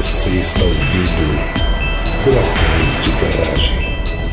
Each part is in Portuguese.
Você está ouvindo Dragões de Garagem.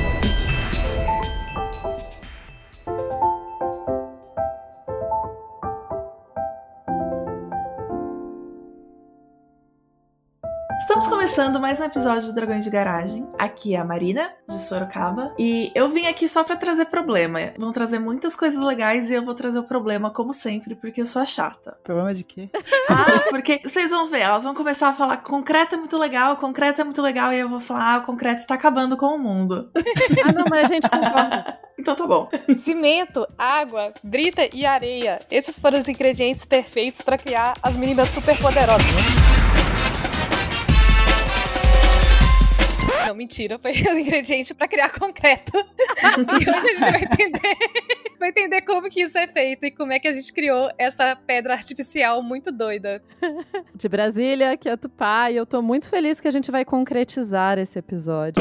Estamos começando mais um episódio do Dragões de Garagem. Aqui é a Marina, de Sorocaba. E eu vim aqui só pra trazer problema. Vão trazer muitas coisas legais e eu vou trazer o problema, como sempre, porque eu sou a chata. Problema de quê? Porque vocês vão ver, elas vão começar a falar concreto é muito legal, e eu vou falar, o concreto está acabando com o mundo. Não, mas a gente concorda. Então tá bom. Cimento, água, brita e areia. Esses foram os ingredientes perfeitos pra criar as meninas super poderosas. Não, mentira, foi o ingrediente pra criar concreto. E hoje a gente vai entender como que isso é feito e como é que a gente criou essa pedra artificial muito doida. De Brasília, aqui é Tupá, e eu tô muito feliz que a gente vai concretizar esse episódio.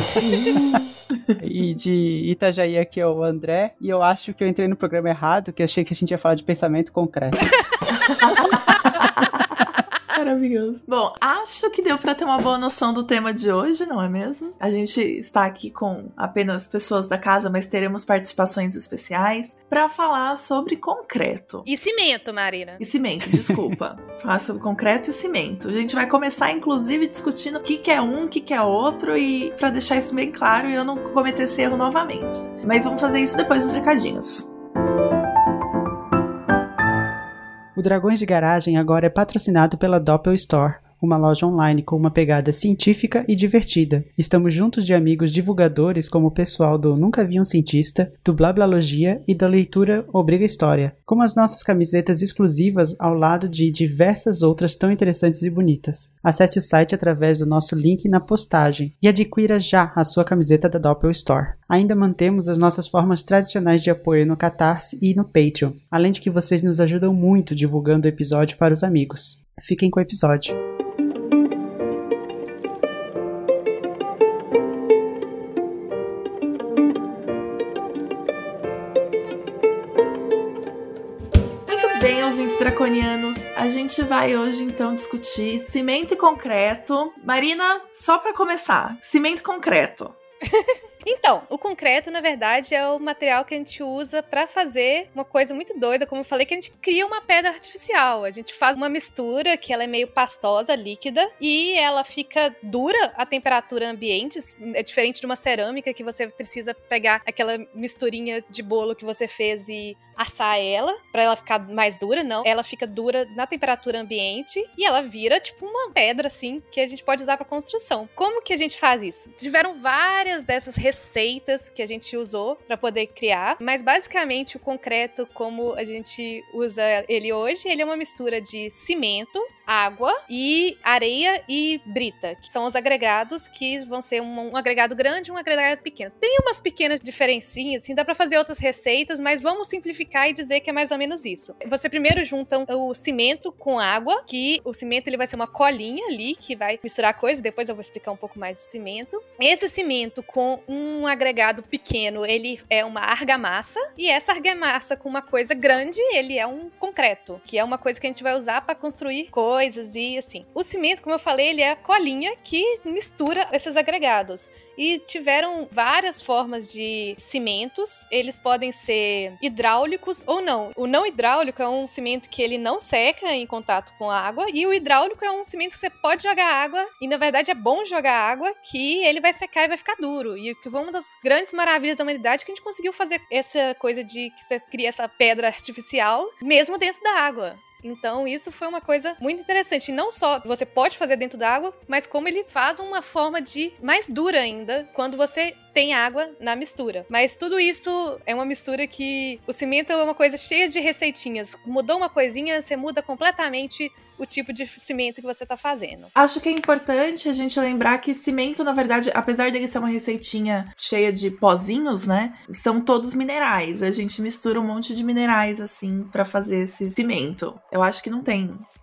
E de Itajaí, aqui é o André, e eu acho que eu entrei no programa errado, que eu achei que a gente ia falar de pensamento concreto. Maravilhoso. Bom, acho que deu pra ter uma boa noção do tema de hoje, não é mesmo? A gente está aqui com apenas pessoas da casa, mas teremos participações especiais pra falar sobre concreto. E cimento, Marina. E cimento, desculpa. Falar sobre concreto e cimento. A gente vai começar, inclusive, discutindo o que é um, o que é outro, e pra deixar isso bem claro e eu não cometer esse erro novamente. Mas vamos fazer isso depois dos recadinhos. O Dragões de Garagem agora é patrocinado pela Doppel Store, uma loja online com uma pegada científica e divertida. Estamos juntos de amigos divulgadores como o pessoal do Nunca Vi um Cientista, do Blablalogia e da leitura Obriga História, como as nossas camisetas exclusivas ao lado de diversas outras tão interessantes e bonitas. Acesse o site através do nosso link na postagem e adquira já a sua camiseta da Doppel Store. Ainda mantemos as nossas formas tradicionais de apoio no Catarse e no Patreon, além de que vocês nos ajudam muito divulgando o episódio para os amigos. Fiquem com o episódio. Bem, ouvintes draconianos, a gente vai hoje então discutir cimento e concreto. Marina, só pra começar, cimento e concreto. Então, o concreto, na verdade, é o material que a gente usa pra fazer uma coisa muito doida, como eu falei, que a gente cria uma pedra artificial. A gente faz uma mistura que ela é meio pastosa, líquida, e ela fica dura à temperatura ambiente. É diferente de uma cerâmica que você precisa pegar aquela misturinha de bolo que você fez e assar ela, pra ela ficar mais dura, não. Ela fica dura na temperatura ambiente e ela vira tipo uma pedra, assim, que a gente pode usar pra construção. Como que a gente faz isso? Tiveram várias dessas receitas que a gente usou pra poder criar, mas basicamente o concreto, como a gente usa ele hoje, ele é uma mistura de cimento, água e areia e brita, que são os agregados que vão ser um agregado grande e um agregado pequeno. Tem umas pequenas diferencinhas, assim, dá pra fazer outras receitas, mas vamos simplificar e dizer que é mais ou menos isso. Você primeiro junta o cimento com água, que o cimento ele vai ser uma colinha ali, que vai misturar coisas, depois eu vou explicar um pouco mais do cimento. Esse cimento com um agregado pequeno, ele é uma argamassa, e essa argamassa com uma coisa grande, ele é um concreto, que é uma coisa que a gente vai usar para construir coisas e assim. O cimento, como eu falei, ele é a colinha que mistura esses agregados. E tiveram várias formas de cimentos, eles podem ser hidráulicos ou não. O não hidráulico é um cimento que ele não seca em contato com a água, e o hidráulico é um cimento que você pode jogar água, e na verdade é bom jogar água, que ele vai secar e vai ficar duro. E que foi uma das grandes maravilhas da humanidade, que a gente conseguiu fazer essa coisa de que você cria essa pedra artificial, mesmo dentro da água. Então isso foi uma coisa muito interessante. E não só você pode fazer dentro da água, mas como ele faz uma forma de mais dura ainda quando você tem água na mistura. Mas tudo isso é uma mistura que o cimento é uma coisa cheia de receitinhas. Mudou uma coisinha, você muda completamente o tipo de cimento que você tá fazendo. Acho que é importante a gente lembrar que cimento, na verdade, apesar dele ser uma receitinha cheia de pozinhos, né, são todos minerais. A gente mistura um monte de minerais, assim, pra fazer esse cimento. Eu acho que não tem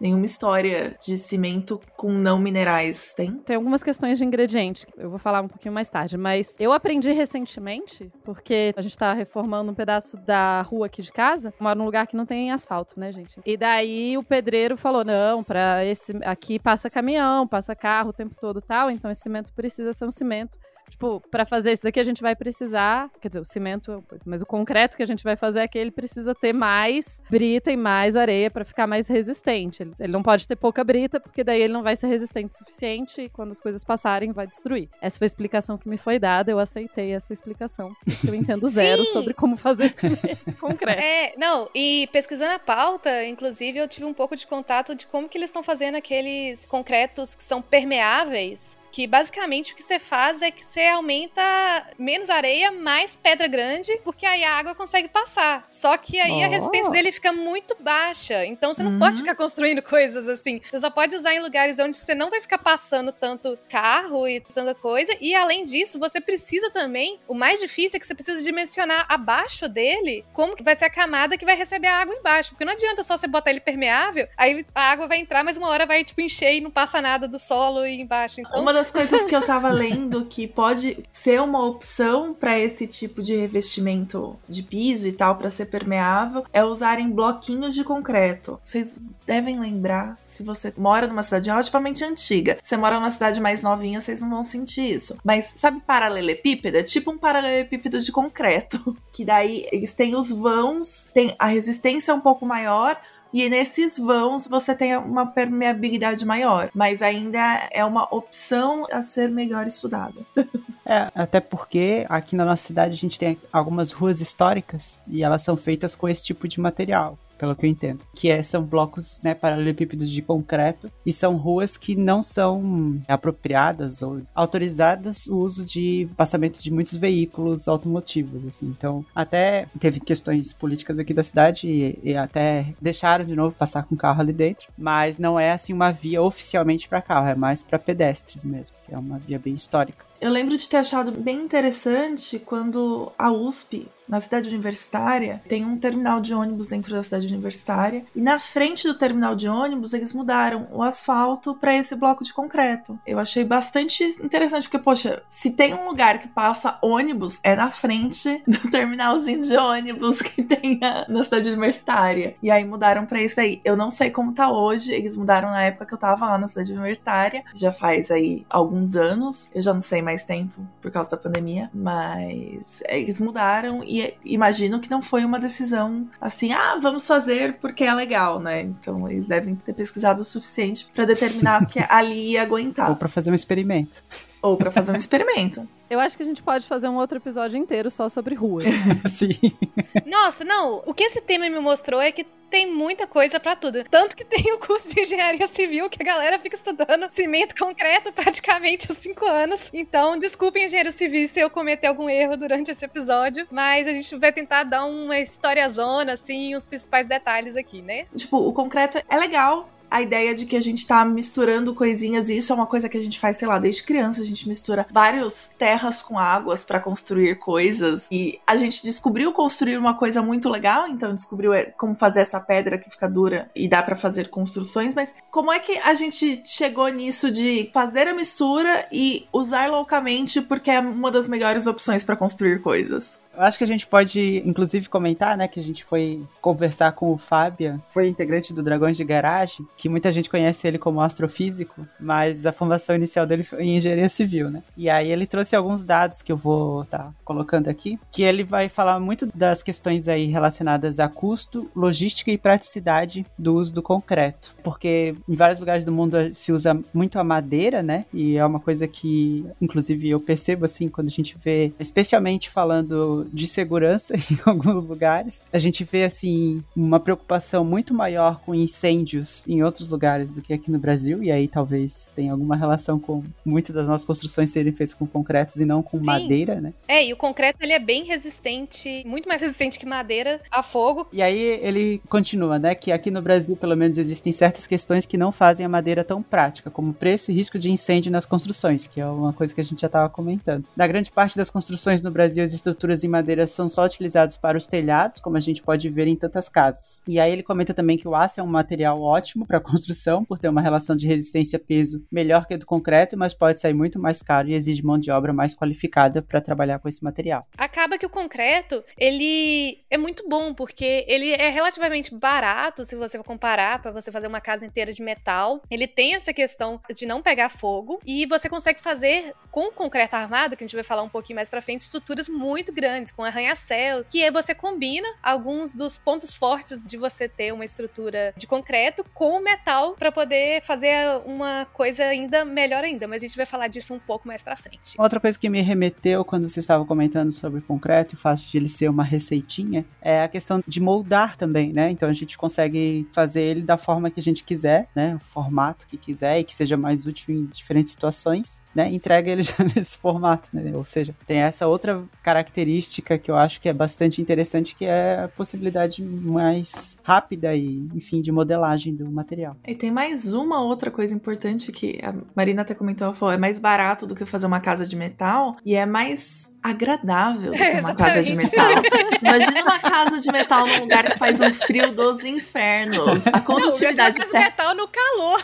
nenhuma história de cimento com não minerais, tem? Tem algumas questões de ingrediente, eu vou falar um pouquinho mais tarde, mas eu aprendi recentemente, porque a gente tá reformando um pedaço da rua aqui de casa, moro num lugar que não tem asfalto, né, gente? E daí o pedreiro falou, não, pra esse aqui passa caminhão, passa carro o tempo todo e tal, então esse cimento precisa ser um cimento. Tipo, pra fazer isso daqui a gente vai precisar, quer dizer, o cimento é uma coisa, mas o concreto que a gente vai fazer é que ele precisa ter mais brita e mais areia pra ficar mais resistente. Ele não pode ter pouca brita, porque daí ele não vai ser resistente o suficiente e quando as coisas passarem vai destruir. Essa foi a explicação que me foi dada, eu aceitei essa explicação, porque eu entendo zero sobre como fazer cimento concreto. Não, e pesquisando a pauta, inclusive, eu tive um pouco de contato de como que eles estão fazendo aqueles concretos que são permeáveis, que basicamente o que você faz é que você aumenta menos areia, mais pedra grande, porque aí a água consegue passar. Só que aí a resistência dele fica muito baixa. Então você não pode ficar construindo coisas assim. Você só pode usar em lugares onde você não vai ficar passando tanto carro e tanta coisa. E além disso, você precisa também, o mais difícil é que você precisa dimensionar abaixo dele como que vai ser a camada que vai receber a água embaixo. Porque não adianta só você botar ele permeável, aí a água vai entrar, mas uma hora vai tipo encher e não passa nada do solo e embaixo. Então, uma das coisas que eu tava lendo que pode ser uma opção pra esse tipo de revestimento de piso e tal, pra ser permeável, é usarem bloquinhos de concreto. Vocês devem lembrar, se você mora numa cidade relativamente antiga, se você mora numa cidade mais novinha, vocês não vão sentir isso. Mas sabe paralelepípedo? É tipo um paralelepípedo de concreto, que daí eles têm os vãos, tem a resistência um pouco maior, e nesses vãos você tem uma permeabilidade maior, mas ainda é uma opção a ser melhor estudada. Até porque aqui na nossa cidade a gente tem algumas ruas históricas e elas são feitas com esse tipo de material, pelo que eu entendo. Que são blocos, né, paralelepípedos de concreto e são ruas que não são apropriadas ou autorizadas o uso de passamento de muitos veículos automotivos, assim. Então, até teve questões políticas aqui da cidade e até deixaram de novo passar com carro ali dentro, mas não é, assim, uma via oficialmente para carro, é mais para pedestres mesmo, que é uma via bem histórica. Eu lembro de ter achado bem interessante quando a USP, na cidade universitária, tem um terminal de ônibus dentro da cidade universitária, e na frente do terminal de ônibus eles mudaram o asfalto para esse bloco de concreto. Eu achei bastante interessante, porque, poxa, se tem um lugar que passa ônibus, é na frente do terminalzinho de ônibus que tem na cidade universitária. E aí mudaram para isso aí. Eu não sei como tá hoje, eles mudaram na época que eu tava lá na cidade universitária, já faz aí alguns anos, eu já não sei mais tempo por causa da pandemia, mas eles mudaram e imagino que não foi uma decisão assim, vamos fazer porque é legal, né? Então eles devem ter pesquisado o suficiente pra determinar que ali ia aguentar. Ou pra fazer um experimento. Ou pra fazer um experimento. Eu acho que a gente pode fazer um outro episódio inteiro só sobre ruas. Sim. Nossa, não. O que esse tema me mostrou é que tem muita coisa pra tudo. Tanto que tem o curso de engenharia civil que a galera fica estudando cimento concreto praticamente os 5 anos. Então, desculpem, engenheiros civis, se eu cometer algum erro durante esse episódio, mas a gente vai tentar dar uma historiazona, assim, os principais detalhes aqui, né? Tipo, o concreto é legal. A ideia de que a gente tá misturando coisinhas, e isso é uma coisa que a gente faz, sei lá, desde criança, a gente mistura várias terras com águas pra construir coisas, e a gente descobriu construir uma coisa muito legal, então descobriu como fazer essa pedra que fica dura e dá pra fazer construções, mas como é que a gente chegou nisso de fazer a mistura e usar loucamente porque é uma das melhores opções pra construir coisas? Eu acho que a gente pode, inclusive, comentar, né, que a gente foi conversar com o Fábio, foi integrante do Dragões de Garagem, que muita gente conhece ele como astrofísico, mas a formação inicial dele foi em engenharia civil, né? E aí ele trouxe alguns dados que eu vou estar colocando aqui, que ele vai falar muito das questões aí relacionadas a custo, logística e praticidade do uso do concreto, porque em vários lugares do mundo se usa muito a madeira, né? E é uma coisa que, inclusive, eu percebo, assim, quando a gente vê, especialmente falando de segurança em alguns lugares, a gente vê, assim, uma preocupação muito maior com incêndios em outros lugares do que aqui no Brasil, e aí talvez tenha alguma relação com muitas das nossas construções serem feitas com concretos e não com madeira, né? E o concreto, ele é bem resistente, muito mais resistente que madeira a fogo. E aí ele continua, né, que aqui no Brasil, pelo menos, existem certas questões que não fazem a madeira tão prática, como preço e risco de incêndio nas construções, que é uma coisa que a gente já estava comentando. Na grande parte das construções no Brasil, as estruturas em madeira são só utilizados para os telhados, como a gente pode ver em tantas casas. E aí ele comenta também que o aço é um material ótimo para construção, por ter uma relação de resistência-peso melhor que a do concreto, mas pode sair muito mais caro e exige mão de obra mais qualificada para trabalhar com esse material. Acaba que o concreto, ele é muito bom, porque ele é relativamente barato, se você for comparar, para você fazer uma casa inteira de metal. Ele tem essa questão de não pegar fogo, e você consegue fazer, com concreto armado, que a gente vai falar um pouquinho mais pra frente, estruturas muito grandes, com arranha-céu, que aí você combina alguns dos pontos fortes de você ter uma estrutura de concreto com metal para poder fazer uma coisa ainda melhor ainda, mas a gente vai falar disso um pouco mais pra frente. Outra coisa que me remeteu quando você estava comentando sobre concreto, e o fato de ele ser uma receitinha, é a questão de moldar também, né? Então a gente consegue fazer ele da forma que a gente quiser, né? O formato que quiser e que seja mais útil em diferentes situações, né? Entrega ele já nesse formato, né? Ou seja, tem essa outra característica que eu acho que é bastante interessante, que é a possibilidade mais rápida e, enfim, de modelagem do material. E tem mais uma outra coisa importante que a Marina até comentou, ela falou, é mais barato do que fazer uma casa de metal e é mais agradável do que uma casa de metal. Imagina uma casa de metal num lugar que faz um frio dos infernos. A condutividade de metal no calor.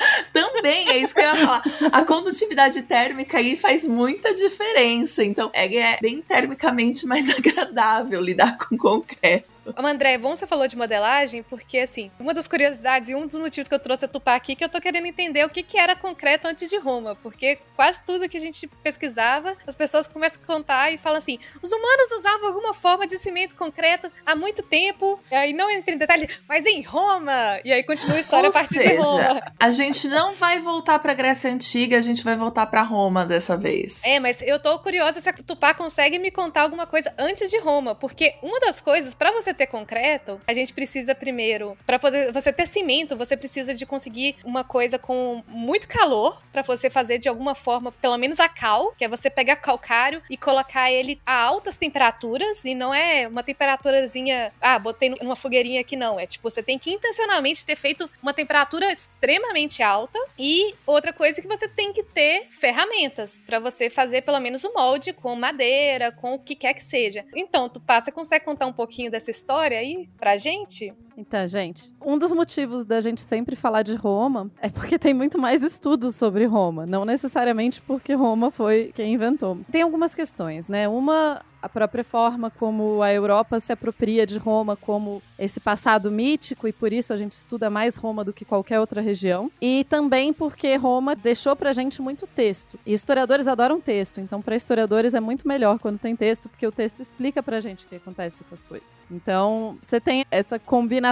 Também, é isso que eu ia falar. A condutividade térmica aí faz muita diferença. Então, é bem termicamente mais agradável lidar com concreto. André, é bom você falou de modelagem, porque, assim, uma das curiosidades e um dos motivos que eu trouxe a Tupá aqui, que eu tô querendo entender o que era concreto antes de Roma, porque quase tudo que a gente pesquisava, as pessoas começam a contar e falam assim, os humanos usavam alguma forma de cimento concreto há muito tempo, e aí não entra em detalhes, mas em Roma! E aí continua a história a partir de Roma. A gente não vai voltar pra Grécia Antiga, a gente vai voltar pra Roma dessa vez. É, mas eu tô curiosa se a Tupá consegue me contar alguma coisa antes de Roma, porque uma das coisas, pra você ter concreto, a gente precisa primeiro, para poder você ter cimento, você precisa de conseguir uma coisa com muito calor, para você fazer de alguma forma, pelo menos a cal, que é você pegar calcário e colocar ele a altas temperaturas, e não é uma temperaturazinha, botei numa fogueirinha aqui, não, é tipo, você tem que intencionalmente ter feito uma temperatura extremamente alta, e outra coisa é que você tem que ter ferramentas para você fazer pelo menos o molde com madeira, com o que quer que seja. Então, Tupá, você consegue contar um pouquinho dessa história aí pra gente? Então, gente, um dos motivos da gente sempre falar de Roma é porque tem muito mais estudos sobre Roma, não necessariamente porque Roma foi quem inventou. Tem algumas questões, né? Uma, a própria forma como a Europa se apropria de Roma como esse passado mítico, e por isso a gente estuda mais Roma do que qualquer outra região. E também porque Roma deixou pra gente muito texto. E historiadores adoram texto, então para historiadores é muito melhor quando tem texto, porque o texto explica pra gente o que acontece com as coisas. Então, você tem essa combinação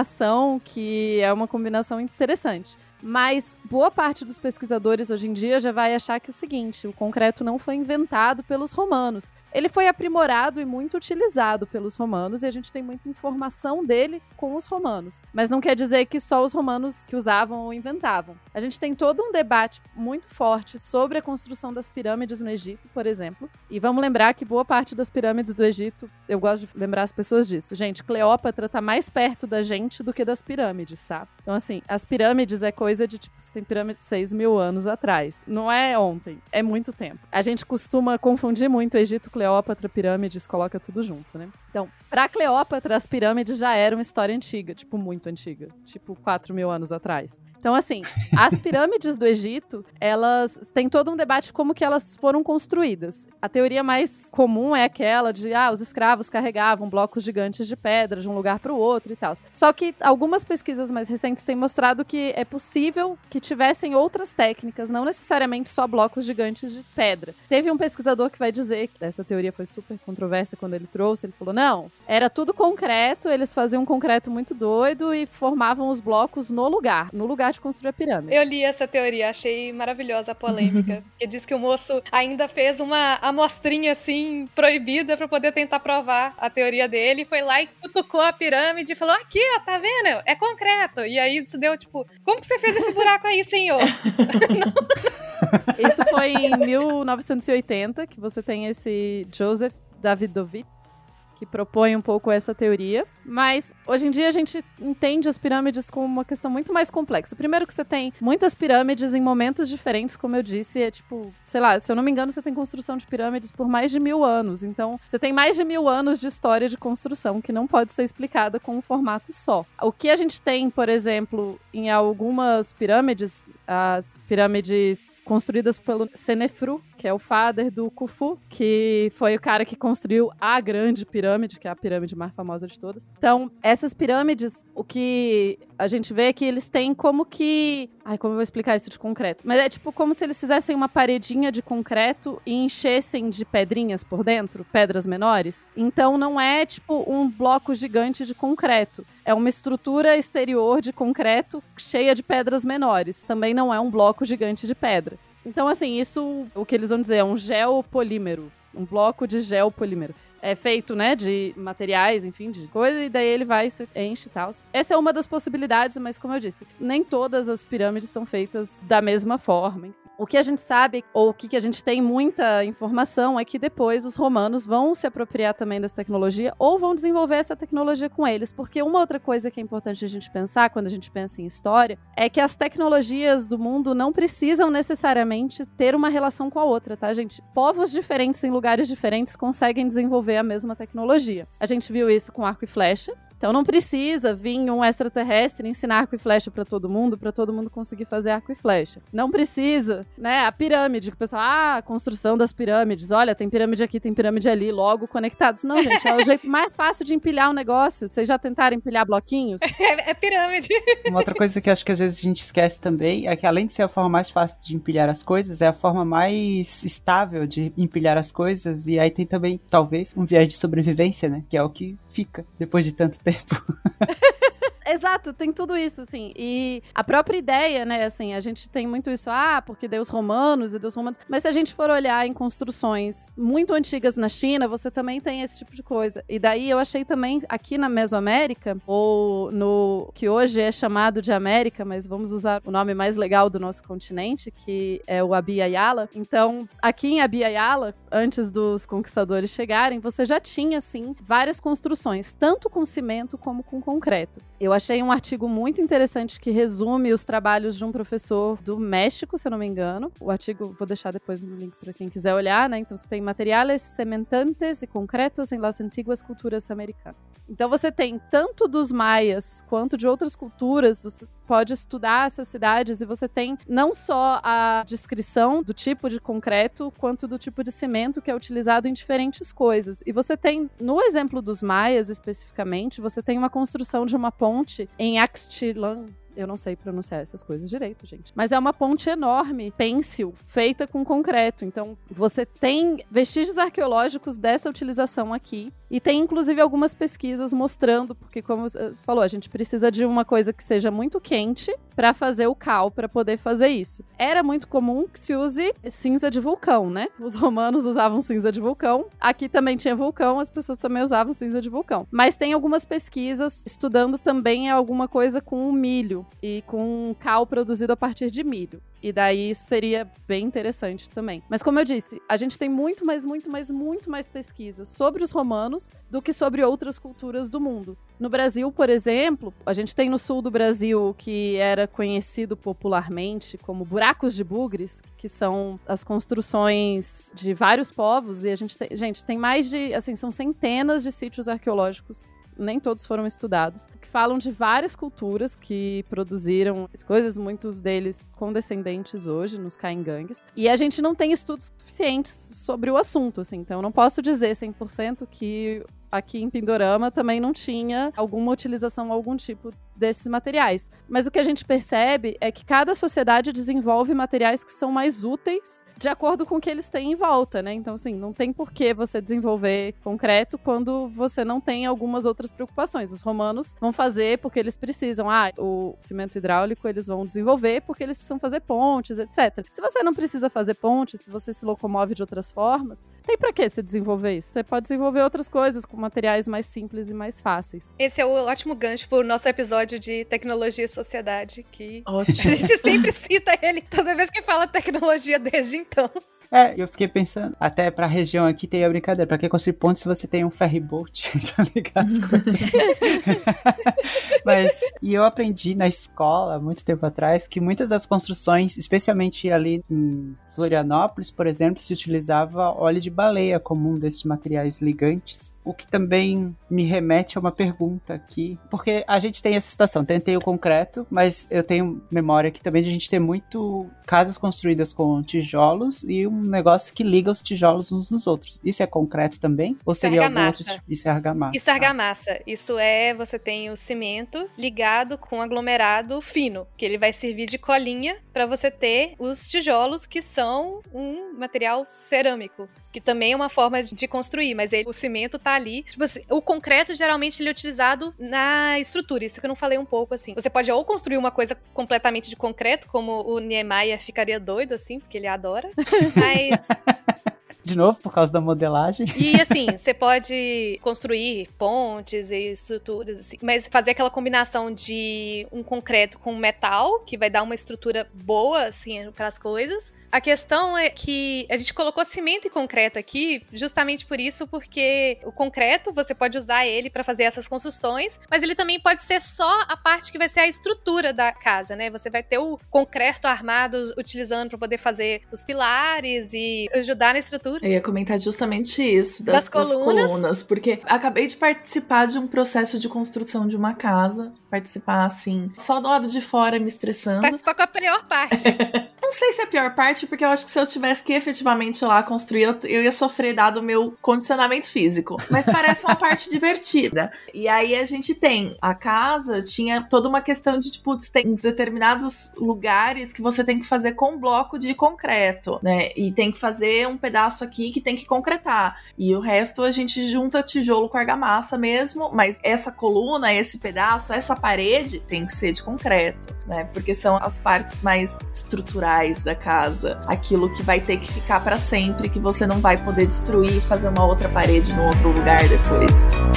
que é uma combinação interessante. Mas boa parte dos pesquisadores hoje em dia já vai achar que é o seguinte, o concreto não foi inventado pelos romanos. Ele foi aprimorado e muito utilizado pelos romanos, e a gente tem muita informação dele com os romanos. Mas não quer dizer que só os romanos que usavam ou inventavam. A gente tem todo um debate muito forte sobre a construção das pirâmides no Egito, por exemplo. E vamos lembrar que boa parte das pirâmides do Egito, eu gosto de lembrar as pessoas disso. Gente, Cleópatra tá mais perto da gente do que das pirâmides, tá? Então, assim, as pirâmides é coisa de, tipo, você tem pirâmide 6.000 anos atrás. Não é ontem, é muito tempo. A gente costuma confundir muito Egito, Cleópatra, pirâmides, coloca tudo junto, né? Então, pra Cleópatra, as pirâmides já eram história antiga, tipo, muito antiga. Tipo, 4.000 anos atrás. Então, assim, as pirâmides do Egito, elas têm todo um debate como que elas foram construídas. A teoria mais comum é aquela de, os escravos carregavam blocos gigantes de pedra de um lugar para o outro e tal. Só que algumas pesquisas mais recentes têm mostrado que é possível que tivessem outras técnicas, não necessariamente só blocos gigantes de pedra. Teve um pesquisador que vai dizer que essa teoria foi super controversa quando ele trouxe, ele falou, não, era tudo concreto, eles faziam um concreto muito doido e formavam os blocos no lugar de construir a pirâmide. Eu li essa teoria, achei maravilhosa a polêmica. Que diz que o moço ainda fez uma amostrinha assim, proibida, pra poder tentar provar a teoria dele. Foi lá e cutucou a pirâmide e falou, aqui, ó, tá vendo? É concreto. E aí isso deu tipo, como que você fez esse buraco aí, senhor? Isso foi em 1980, que você tem esse Joseph Davidovits. que propõe um pouco essa teoria. Mas, hoje em dia, a gente entende as pirâmides como uma questão muito mais complexa. Primeiro que você tem muitas pirâmides em momentos diferentes, como eu disse, é tipo, sei lá, se eu não me engano, você tem construção de pirâmides por mais de 1000 anos. Então, você tem mais de 1000 anos de história de construção que não pode ser explicada com um formato só. O que a gente tem, por exemplo, em algumas pirâmides, as pirâmides construídas pelo Senefru, que é o father do Khufu, que foi o cara que construiu a grande pirâmide, que é a pirâmide mais famosa de todas. Então, essas pirâmides, o que a gente vê é que eles têm como que... Ai, como eu vou explicar isso de concreto? Mas é tipo como se eles fizessem uma paredinha de concreto e enchessem de pedrinhas por dentro, pedras menores. Então, não é tipo um bloco gigante de concreto. É uma estrutura exterior de concreto cheia de pedras menores. Também não é um bloco gigante de pedra. Então, assim, isso, o que eles vão dizer, é um geopolímero. Um bloco de geopolímero. É feito, né, de materiais, enfim, de coisa, e daí ele vai, se enche e tal. Essa é uma das possibilidades, mas como eu disse, nem todas as pirâmides são feitas da mesma forma. O que a gente sabe, ou o que a gente tem muita informação, é que depois os romanos vão se apropriar também dessa tecnologia ou vão desenvolver essa tecnologia com eles. Porque uma outra coisa que é importante a gente pensar quando a gente pensa em história é que as tecnologias do mundo não precisam necessariamente ter uma relação com a outra, tá, gente? Povos diferentes em lugares diferentes conseguem desenvolver a mesma tecnologia. A gente viu isso com arco e flecha. Então não precisa vir um extraterrestre ensinar arco e flecha para todo mundo conseguir fazer arco e flecha. Não precisa, né, a pirâmide, que o pessoal, a construção das pirâmides, olha, tem pirâmide aqui, tem pirâmide ali, logo conectados. Não, gente, é o jeito mais fácil de empilhar um negócio. Vocês já tentaram empilhar bloquinhos? É pirâmide. Uma outra coisa que eu acho que às vezes a gente esquece também é que além de ser a forma mais fácil de empilhar as coisas, é a forma mais estável de empilhar as coisas, e aí tem também, talvez, um viés de sobrevivência, né, que é o que fica depois de tanto tempo. Exato, tem tudo isso, assim. E a própria ideia, né, assim, a gente tem muito isso, porque Deus romanos e Deus romanos. Mas se a gente for olhar em construções muito antigas na China, você também tem esse tipo de coisa. E daí eu achei também aqui na Mesoamérica, ou no que hoje é chamado de América, mas vamos usar o nome mais legal do nosso continente, que é o Abya Yala. Então, aqui em Abya Yala, antes dos conquistadores chegarem, você já tinha, assim, várias construções, tanto com cimento como com concreto. Eu achei um artigo muito interessante que resume os trabalhos de um professor do México, se eu não me engano. O artigo, vou deixar depois no link para quem quiser olhar, né? Então você tem materiais cementantes e concretos em las antiguas culturas americanas. Então você tem tanto dos maias quanto de outras culturas, você pode estudar essas cidades e você tem não só a descrição do tipo de concreto, quanto do tipo de cimento que é utilizado em diferentes coisas. E você tem, no exemplo dos maias especificamente, você tem uma construção de uma ponte em Axtlan. Eu não sei pronunciar essas coisas direito, gente. Mas é uma ponte enorme, pêncil, feita com concreto. Então, você tem vestígios arqueológicos dessa utilização aqui. E tem, inclusive, algumas pesquisas mostrando, porque, como você falou, a gente precisa de uma coisa que seja muito quente para fazer o cal, para poder fazer isso. Era muito comum que se use cinza de vulcão, né? Os romanos usavam cinza de vulcão. Aqui também tinha vulcão, as pessoas também usavam cinza de vulcão. Mas tem algumas pesquisas estudando também alguma coisa com o milho e com cal produzido a partir de milho. E daí isso seria bem interessante também. Mas como eu disse, a gente tem muito mais pesquisas sobre os romanos do que sobre outras culturas do mundo. No Brasil, por exemplo, a gente tem no sul do Brasil o que era conhecido popularmente como buracos de bugres, que são as construções de vários povos, e a gente tem mais de, assim, são centenas de sítios arqueológicos, nem todos foram estudados, que falam de várias culturas que produziram as coisas, muitos deles com descendentes hoje, nos caingangues, e a gente não tem estudos suficientes sobre o assunto, assim, então eu não posso dizer 100% que aqui em Pindorama também não tinha alguma utilização, algum tipo desses materiais. Mas o que a gente percebe é que cada sociedade desenvolve materiais que são mais úteis de acordo com o que eles têm em volta, né? Então, assim, não tem por que você desenvolver concreto quando você não tem algumas outras preocupações. Os romanos vão fazer porque eles precisam. O cimento hidráulico eles vão desenvolver porque eles precisam fazer pontes, etc. Se você não precisa fazer pontes, se você se locomove de outras formas, tem pra que você desenvolver isso? Você pode desenvolver outras coisas com materiais mais simples e mais fáceis. Esse é o ótimo gancho pro nosso episódio de tecnologia e sociedade, que Ótimo. a gente sempre cita ele toda vez que fala tecnologia desde então. Eu fiquei pensando, até pra região aqui tem a brincadeira, pra que construir ponte se você tem um ferryboat pra ligar as coisas? E eu aprendi na escola, muito tempo atrás, que muitas das construções, especialmente ali em Florianópolis, por exemplo, se utilizava óleo de baleia como um desses materiais ligantes. O que também me remete a uma pergunta aqui, porque a gente tem essa situação, tem o concreto, mas eu tenho memória aqui também de a gente ter muito casas construídas com tijolos e um negócio que liga os tijolos uns nos outros. Isso é concreto também? Ou seria algum outro tipo? Isso é argamassa. Isso é argamassa. Isso é, você tem o cimento ligado com aglomerado fino, que ele vai servir de colinha para você ter os tijolos, que são um material cerâmico, que também é uma forma de construir, mas o cimento tá ali. Tipo assim, o concreto, geralmente, ele é utilizado na estrutura. Isso que eu não falei um pouco, assim. Você pode ou construir uma coisa completamente de concreto, como o Niemeyer ficaria doido, assim, porque ele adora. Mas... De novo, por causa da modelagem. E assim, você pode construir pontes e estruturas, assim, mas fazer aquela combinação de um concreto com metal, que vai dar uma estrutura boa, assim, para as coisas. A questão é que a gente colocou cimento e concreto aqui justamente por isso, porque o concreto você pode usar ele para fazer essas construções, mas ele também pode ser só a parte que vai ser a estrutura da casa, né? Você vai ter o concreto armado utilizando para poder fazer os pilares e ajudar na estrutura. Eu ia comentar justamente isso, das colunas, porque acabei de participar de um processo de construção de uma casa, participar assim, só do lado de fora me estressando. Participar com a pior parte. Não sei se é a pior parte, porque eu acho que se eu tivesse que efetivamente ir lá construir, eu ia sofrer dado o meu condicionamento físico. Mas parece uma parte divertida. E aí a gente tem, a casa tinha toda uma questão de, tipo, tem determinados lugares que você tem que fazer com bloco de concreto, né? E tem que fazer um pedaço aqui que tem que concretar. E o resto a gente junta tijolo com argamassa mesmo, mas essa coluna, esse pedaço, essa parede tem que ser de concreto, né? Porque são as partes mais estruturais da casa, aquilo que vai ter que ficar pra sempre, que você não vai poder destruir e fazer uma outra parede no outro lugar depois.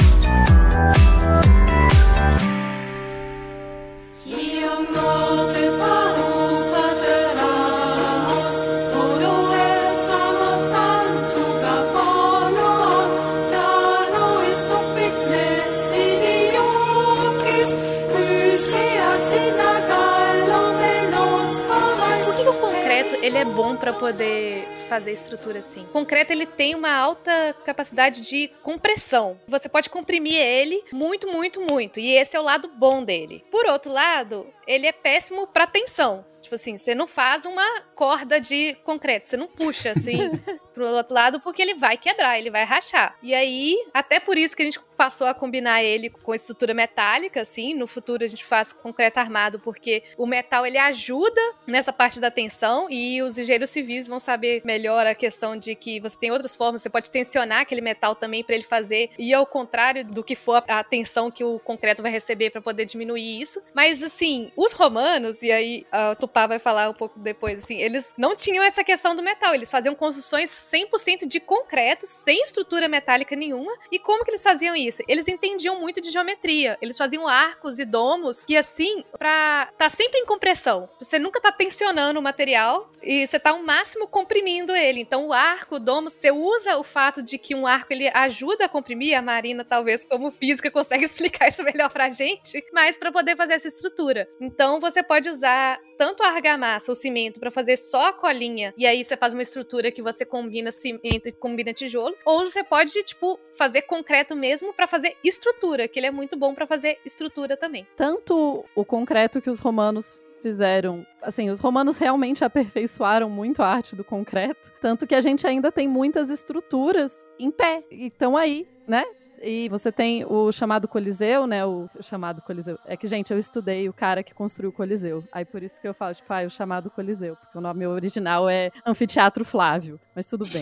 Ele é bom para poder fazer estrutura assim. O concreto, ele tem uma alta capacidade de compressão. Você pode comprimir ele muito, muito, muito. E esse é o lado bom dele. Por outro lado, ele é péssimo para tensão. Tipo assim, você não faz uma corda de concreto, você não puxa assim pro outro lado, porque ele vai quebrar, ele vai rachar. E aí, até por isso que a gente passou a combinar ele com estrutura metálica, assim. No futuro a gente faz concreto armado, porque o metal, ele ajuda nessa parte da tensão, e os engenheiros civis vão saber melhor a questão de que você tem outras formas, você pode tensionar aquele metal também para ele fazer, e ao contrário do que for a tensão que o concreto vai receber para poder diminuir isso. Mas assim, os romanos, e aí a Tupá vai falar um pouco depois, assim, eles não tinham essa questão do metal, eles faziam construções 100% de concreto, sem estrutura metálica nenhuma. E como que eles faziam isso? Eles entendiam muito de geometria, eles faziam arcos e domos, que assim, pra tá sempre em compressão, você nunca tá tensionando o material, e você tá ao máximo comprimindo ele. Então o arco, o domo, você usa o fato de que um arco, ele ajuda a comprimir. A Marina, talvez, como física, consegue explicar isso melhor pra gente, mas pra poder fazer essa estrutura. Então você pode usar tanto a argamassa, o cimento, pra fazer só a colinha, e aí você faz uma estrutura que você combina cimento e combina tijolo, ou você pode, tipo, fazer concreto mesmo pra fazer estrutura, que ele é muito bom pra fazer estrutura também. Tanto o concreto que os romanos fizeram, assim, os romanos realmente aperfeiçoaram muito a arte do concreto, tanto que a gente ainda tem muitas estruturas em pé, e estão aí, né? E você tem o chamado Coliseu, né? O chamado Coliseu. É que, gente, eu estudei o cara que construiu o Coliseu. Aí por isso que eu falo, tipo, o chamado Coliseu. Porque o nome original é Anfiteatro Flávio. Mas tudo bem.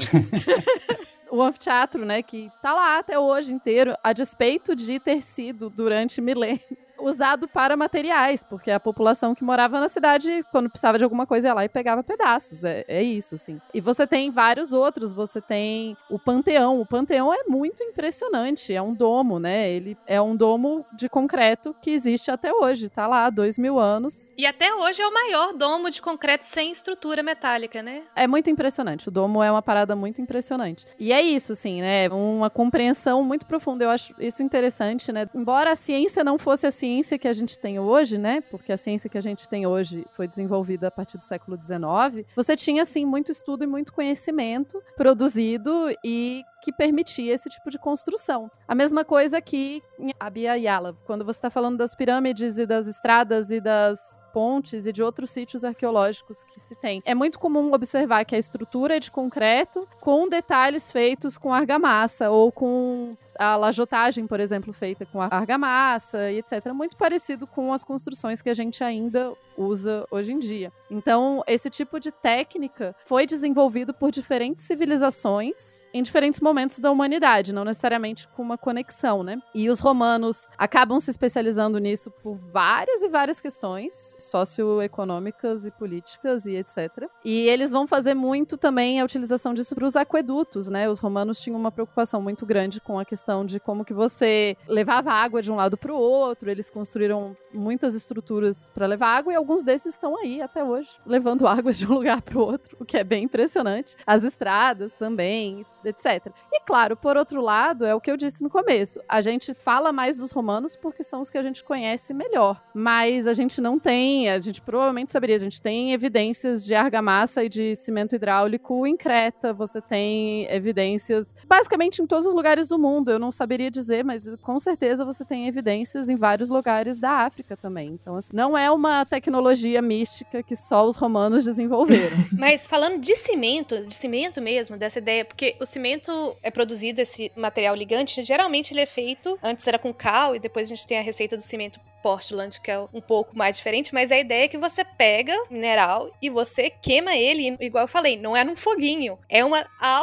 O anfiteatro, né? Que tá lá até hoje inteiro, a despeito de ter sido durante milênios usado para materiais, porque a população que morava na cidade, quando precisava de alguma coisa, ia lá e pegava pedaços. É isso, assim. E você tem vários outros. Você tem o Panteão. O Panteão é muito impressionante. É um domo, né? Ele é um domo de concreto que existe até hoje. Tá lá há 2000 anos. E até hoje é o maior domo de concreto sem estrutura metálica, né? É muito impressionante. O domo é uma parada muito impressionante. E é isso, assim, né? Uma compreensão muito profunda. Eu acho isso interessante, né? Embora a ciência não fosse a ciência que a gente tem hoje, né? Porque a ciência que a gente tem hoje foi desenvolvida a partir do século XIX. Você tinha, assim, muito estudo e muito conhecimento produzido e que permitia esse tipo de construção. A mesma coisa aqui em Abya Yala, quando você está falando das pirâmides e das estradas e das pontes e de outros sítios arqueológicos que se tem. É muito comum observar que a estrutura é de concreto com detalhes feitos com argamassa ou com a lajotagem, por exemplo, feita com argamassa e etc. Muito parecido com as construções que a gente ainda usa hoje em dia. Então, esse tipo de técnica foi desenvolvido por diferentes civilizações em diferentes momentos da humanidade, não necessariamente com uma conexão, né? E os romanos acabam se especializando nisso por várias e várias questões socioeconômicas e políticas e etc. E eles vão fazer muito também a utilização disso para os aquedutos, né? Os romanos tinham uma preocupação muito grande com a questão de como que você levava água de um lado para o outro. Eles construíram muitas estruturas para levar água e alguns desses estão aí até hoje, levando água de um lugar para o outro, o que é bem impressionante. As estradas também, etc. E claro, por outro lado, é o que eu disse no começo, a gente fala mais dos romanos porque são os que a gente conhece melhor, mas a gente não tem, a gente provavelmente saberia, a gente tem evidências de argamassa e de cimento hidráulico em Creta, você tem evidências basicamente em todos os lugares do mundo, eu não saberia dizer, mas com certeza você tem evidências em vários lugares da África também, então assim, não é uma tecnologia mística que só os romanos desenvolveram. Mas falando de cimento mesmo, dessa ideia, porque o cimento é produzido, esse material ligante, geralmente ele é feito, antes era com cal e depois a gente tem a receita do cimento Portland, que é um pouco mais diferente, mas a ideia é que você pega mineral e você queima ele, igual eu falei, não é num foguinho, é uma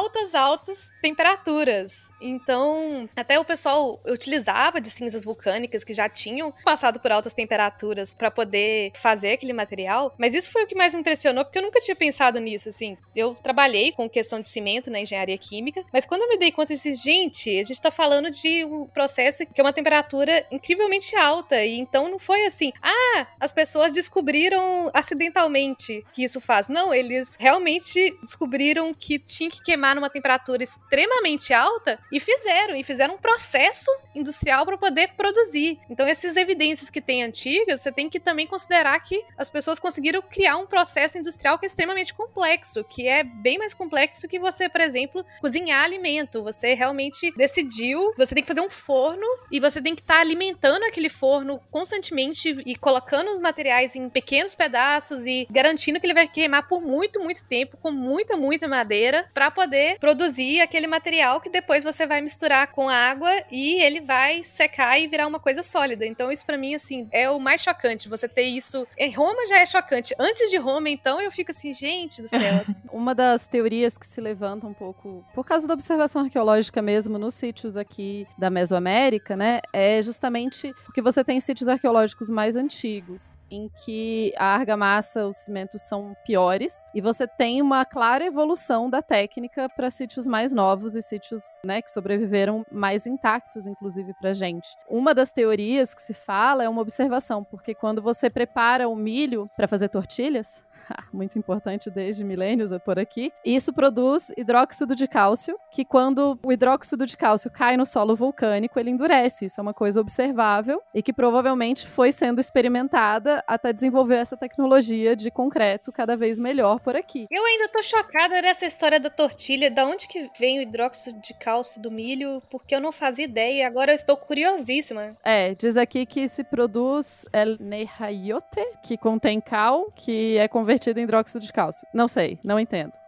altas temperaturas. Então, até o pessoal utilizava de cinzas vulcânicas que já tinham passado por altas temperaturas para poder fazer aquele material, mas isso foi o que mais me impressionou, porque eu nunca tinha pensado nisso, assim. Eu trabalhei com questão de cimento na engenharia química, mas quando eu me dei conta, eu disse, gente, a gente tá falando de um processo que é uma temperatura incrivelmente alta, e então não foi assim, as pessoas descobriram acidentalmente que isso faz. Não, eles realmente descobriram que tinha que queimar numa temperatura extremamente alta e fizeram um processo industrial para poder produzir. Então essas evidências que tem antigas, você tem que também considerar que as pessoas conseguiram criar um processo industrial que é extremamente complexo, que é bem mais complexo que você, por exemplo, cozinhar alimento. Você realmente decidiu, você tem que fazer um forno e você tem que estar alimentando aquele forno constantemente e colocando os materiais em pequenos pedaços e garantindo que ele vai queimar por muito tempo, com muita madeira, para poder produzir aquele material que depois você vai misturar com água e ele vai secar e virar uma coisa sólida. Então isso pra mim, assim, é o mais chocante, você ter isso. Em Roma já é chocante. Antes de Roma, então, eu fico assim, gente do céu. Uma das teorias que se levanta um pouco, por causa da observação arqueológica mesmo, nos sítios aqui da Mesoamérica, né, é justamente porque você tem sítios arqueológicos mais antigos, em que a argamassa, os cimentos são piores, e você tem uma clara evolução da técnica para sítios mais novos e sítios, né, que sobreviveram mais intactos, inclusive pra gente. Uma das teorias que se fala é uma observação, porque quando você prepara o milho para fazer tortilhas, muito importante desde milênios por aqui, isso produz hidróxido de cálcio, que quando o hidróxido de cálcio cai no solo vulcânico, ele endurece. Isso é uma coisa observável e que provavelmente foi sendo experimentada até desenvolver essa tecnologia de concreto cada vez melhor por aqui. Eu ainda tô chocada nessa história da tortilha, da onde que vem o hidróxido de cálcio do milho, porque eu não fazia ideia e agora eu estou curiosíssima. Diz aqui que se produz el nehayote, que contém cal, que é convertido em hidróxido de cálcio. Não sei, não entendo.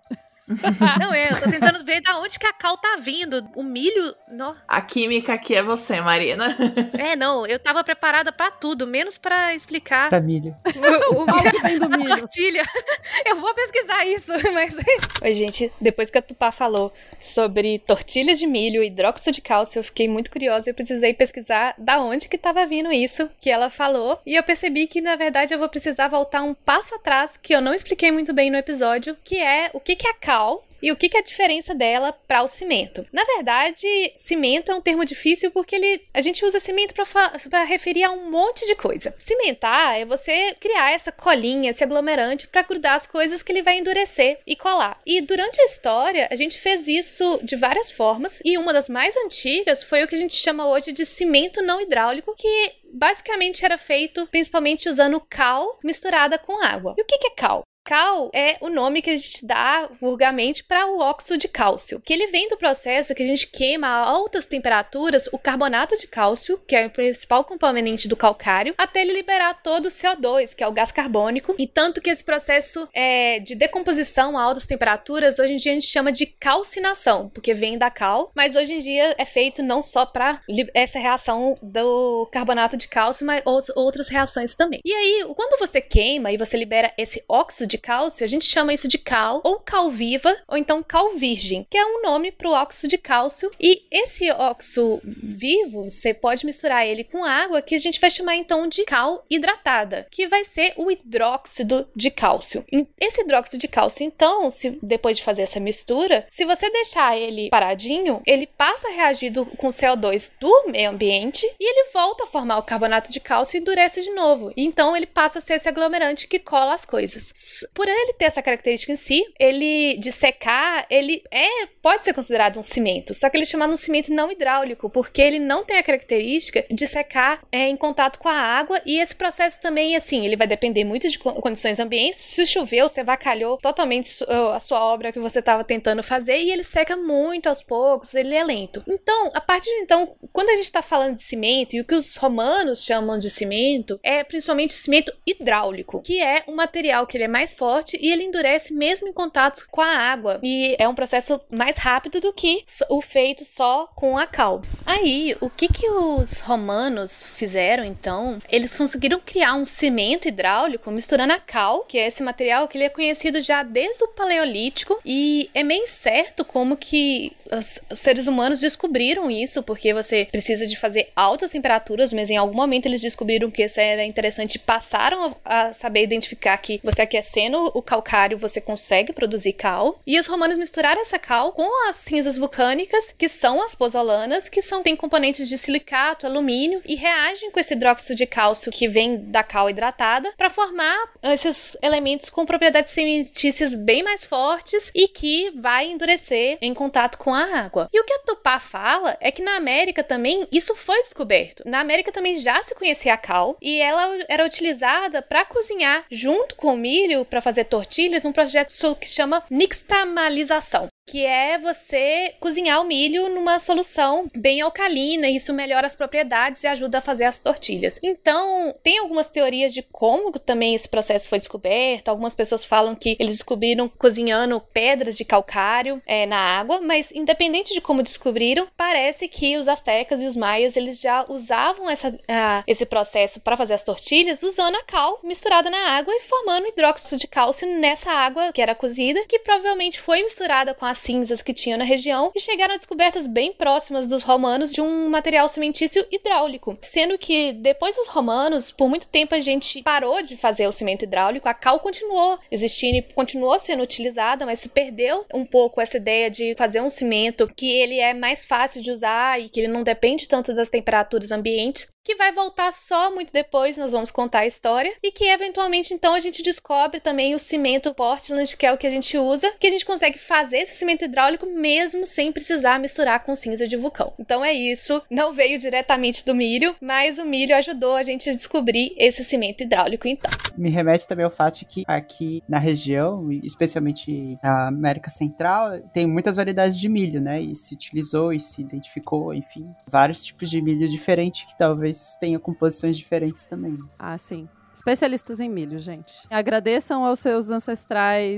Não, eu tô tentando ver da onde que a cal tá vindo. O milho... A química aqui é você, Marina. Não, eu tava preparada pra tudo, menos pra explicar Pra milho. Qual que vem do a milho? tortilha. Eu vou pesquisar isso, mas... Oi, gente, depois que a Tupá falou sobre tortilhas de milho e hidróxido de cálcio, eu fiquei muito curiosa e eu precisei pesquisar da onde que tava vindo isso que ela falou. E eu percebi que, na verdade, eu vou precisar voltar um passo atrás, que eu não expliquei muito bem no episódio, que é o que é a cal e o que é a diferença dela para o cimento. Na verdade, cimento é um termo difícil porque a gente usa cimento para referir a um monte de coisa. Cimentar é você criar essa colinha, esse aglomerante para grudar as coisas que ele vai endurecer e colar. E durante a história, a gente fez isso de várias formas e uma das mais antigas foi o que a gente chama hoje de cimento não hidráulico, que basicamente era feito principalmente usando cal misturada com água. E o que é cal? Cal é o nome que a gente dá vulgarmente para o óxido de cálcio, que ele vem do processo que a gente queima a altas temperaturas o carbonato de cálcio, que é o principal componente do calcário, até ele liberar todo o CO2, que é o gás carbônico. E tanto que esse processo de decomposição a altas temperaturas, hoje em dia a gente chama de calcinação, porque vem da cal, mas hoje em dia é feito não só para essa reação do carbonato de cálcio, mas outras reações também. E aí, quando você queima e você libera esse óxido de cálcio, a gente chama isso de cal, ou cal viva, ou então cal virgem, que é um nome para o óxido de cálcio. E esse óxido vivo, você pode misturar ele com água, que a gente vai chamar então de cal hidratada, que vai ser o hidróxido de cálcio. Esse hidróxido de cálcio, então, depois de fazer essa mistura, se você deixar ele paradinho, ele passa a reagir com o CO2 do meio ambiente e ele volta a formar o carbonato de cálcio e endurece de novo. E então ele passa a ser esse aglomerante que cola as coisas. Por ele ter essa característica em si, ele de secar, ele pode ser considerado um cimento, só que ele é chamado um cimento não hidráulico, porque ele não tem a característica de secar em contato com a água, e esse processo também, assim, ele vai depender muito de condições ambientes. Se choveu, você avacalhou totalmente a sua obra que você estava tentando fazer, e ele seca muito aos poucos, ele é lento. Então, a partir de então, quando a gente está falando de cimento, e o que os romanos chamam de cimento, é principalmente cimento hidráulico, que é um material que ele é mais forte e ele endurece mesmo em contato com a água. E é um processo mais rápido do que o feito só com a cal. Aí, o que os romanos fizeram, então? Eles conseguiram criar um cimento hidráulico misturando a cal, que é esse material que ele é conhecido já desde o Paleolítico, e é meio incerto como que os seres humanos descobriram isso, porque você precisa de fazer altas temperaturas, mas em algum momento eles descobriram que isso era interessante e passaram a saber identificar que você aquecendo o calcário, você consegue produzir cal. E os romanos misturaram essa cal com as cinzas vulcânicas, que são as pozzolanas, que têm componentes de silicato, alumínio, e reagem com esse hidróxido de cálcio que vem da cal hidratada para formar esses elementos com propriedades cimentícias bem mais fortes e que vai endurecer em contato com a água. E o que a Tupá fala é que na América também isso foi descoberto. Na América também já se conhecia a cal e ela era utilizada para cozinhar junto com o milho para fazer tortilhas num projeto que chama nixtamalização, que é você cozinhar o milho numa solução bem alcalina, e isso melhora as propriedades e ajuda a fazer as tortilhas. Então, tem algumas teorias de como também esse processo foi descoberto. Algumas pessoas falam que eles descobriram cozinhando pedras de calcário na água, mas independente de como descobriram, parece que os astecas e os maias, eles já usavam esse processo para fazer as tortilhas usando a cal misturada na água e formando hidróxido de cálcio nessa água que era cozida, que provavelmente foi misturada com as cinzas que tinham na região e chegaram a descobertas bem próximas dos romanos de um material cimentício hidráulico. Sendo que depois dos romanos, por muito tempo a gente parou de fazer o cimento hidráulico, a cal continuou existindo e continuou sendo utilizada, mas se perdeu um pouco essa ideia de fazer um cimento que ele é mais fácil de usar e que ele não depende tanto das temperaturas ambientes, que vai voltar só muito depois, nós vamos contar a história, e que eventualmente então a gente descobre também o cimento Portland, que é o que a gente usa, que a gente consegue fazer esse cimento hidráulico mesmo sem precisar misturar com cinza de vulcão. Então é isso, não veio diretamente do milho, mas o milho ajudou a gente a descobrir esse cimento hidráulico então. Me remete também ao fato de que aqui na região, especialmente na América Central, tem muitas variedades de milho, né? E se utilizou e se identificou, enfim, vários tipos de milho diferentes que talvez tenha composições diferentes também. Ah, sim. Especialistas em milho, gente. Agradeçam aos seus ancestrais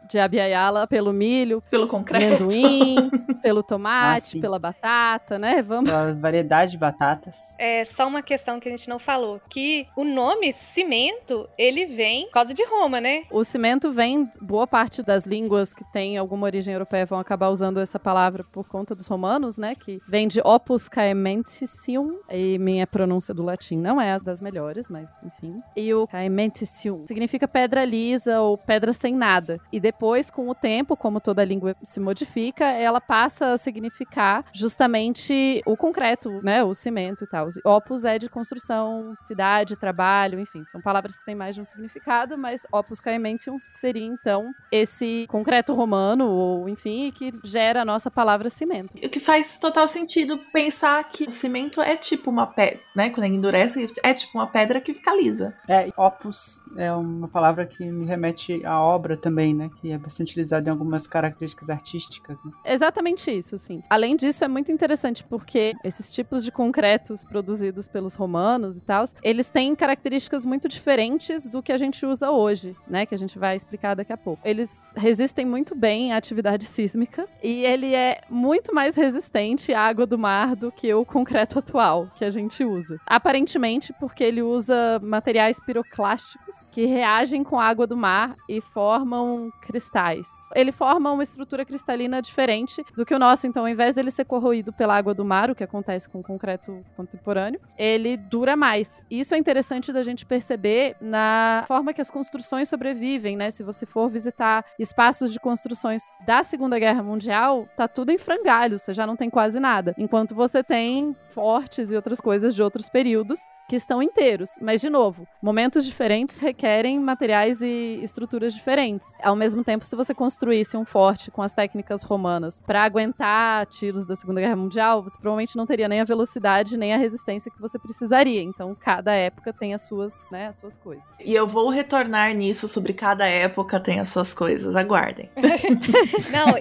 de Abya-Yala pelo milho, Pelo concreto. amendoim, pelo tomate, sim. pela batata, né? Vamos. Pelas variedades de batatas. É só uma questão que a gente não falou, que o nome cimento, ele vem por causa de Roma, né? O cimento vem, boa parte das línguas que têm alguma origem europeia vão acabar usando essa palavra por conta dos romanos, né? Que vem de opus caementicium, e minha pronúncia do latim não é as das melhores, mas enfim. E o caementicium significa pedra lisa ou pedra sem nada. E depois, com o tempo, como toda língua se modifica, ela passa a significar justamente o concreto, né? O cimento e tal. Opus é de construção, cidade, trabalho, enfim, são palavras que têm mais de um significado, mas opus caementium seria, então, esse concreto romano, ou enfim, que gera a nossa palavra cimento. O que faz total sentido pensar que o cimento é tipo uma pedra, né? Quando ele endurece, é tipo uma pedra que fica lisa. Opus é uma palavra que me remete à obra também, né? Que é bastante utilizada em algumas características artísticas, né? Exatamente isso, sim. Além disso, é muito interessante porque esses tipos de concretos produzidos pelos romanos e tal, eles têm características muito diferentes do que a gente usa hoje, né? Que a gente vai explicar daqui a pouco. Eles resistem muito bem à atividade sísmica e ele é muito mais resistente à água do mar do que o concreto atual que a gente usa. Aparentemente, porque ele usa materiais piroclásticos que reagem com a água do mar e formam cristais. Ele forma uma estrutura cristalina diferente do que o nosso, então ao invés dele ser corroído pela água do mar, o que acontece com o concreto contemporâneo, ele dura mais. Isso é interessante da gente perceber na forma que as construções sobrevivem, né? Se você for visitar espaços de construções da Segunda Guerra Mundial, tá tudo em frangalhos, você já não tem quase nada. Enquanto você tem fortes e outras coisas de outros períodos que estão inteiros. Mas, de novo, momentos diferentes requerem materiais e estruturas diferentes. Ao mesmo tempo, se você construísse um forte com as técnicas romanas para aguentar tiros da Segunda Guerra Mundial, você provavelmente não teria nem a velocidade, nem a resistência que você precisaria. Então, cada época tem as suas, né, as suas coisas. E eu vou retornar nisso sobre cada época tem as suas coisas. Aguardem. Não,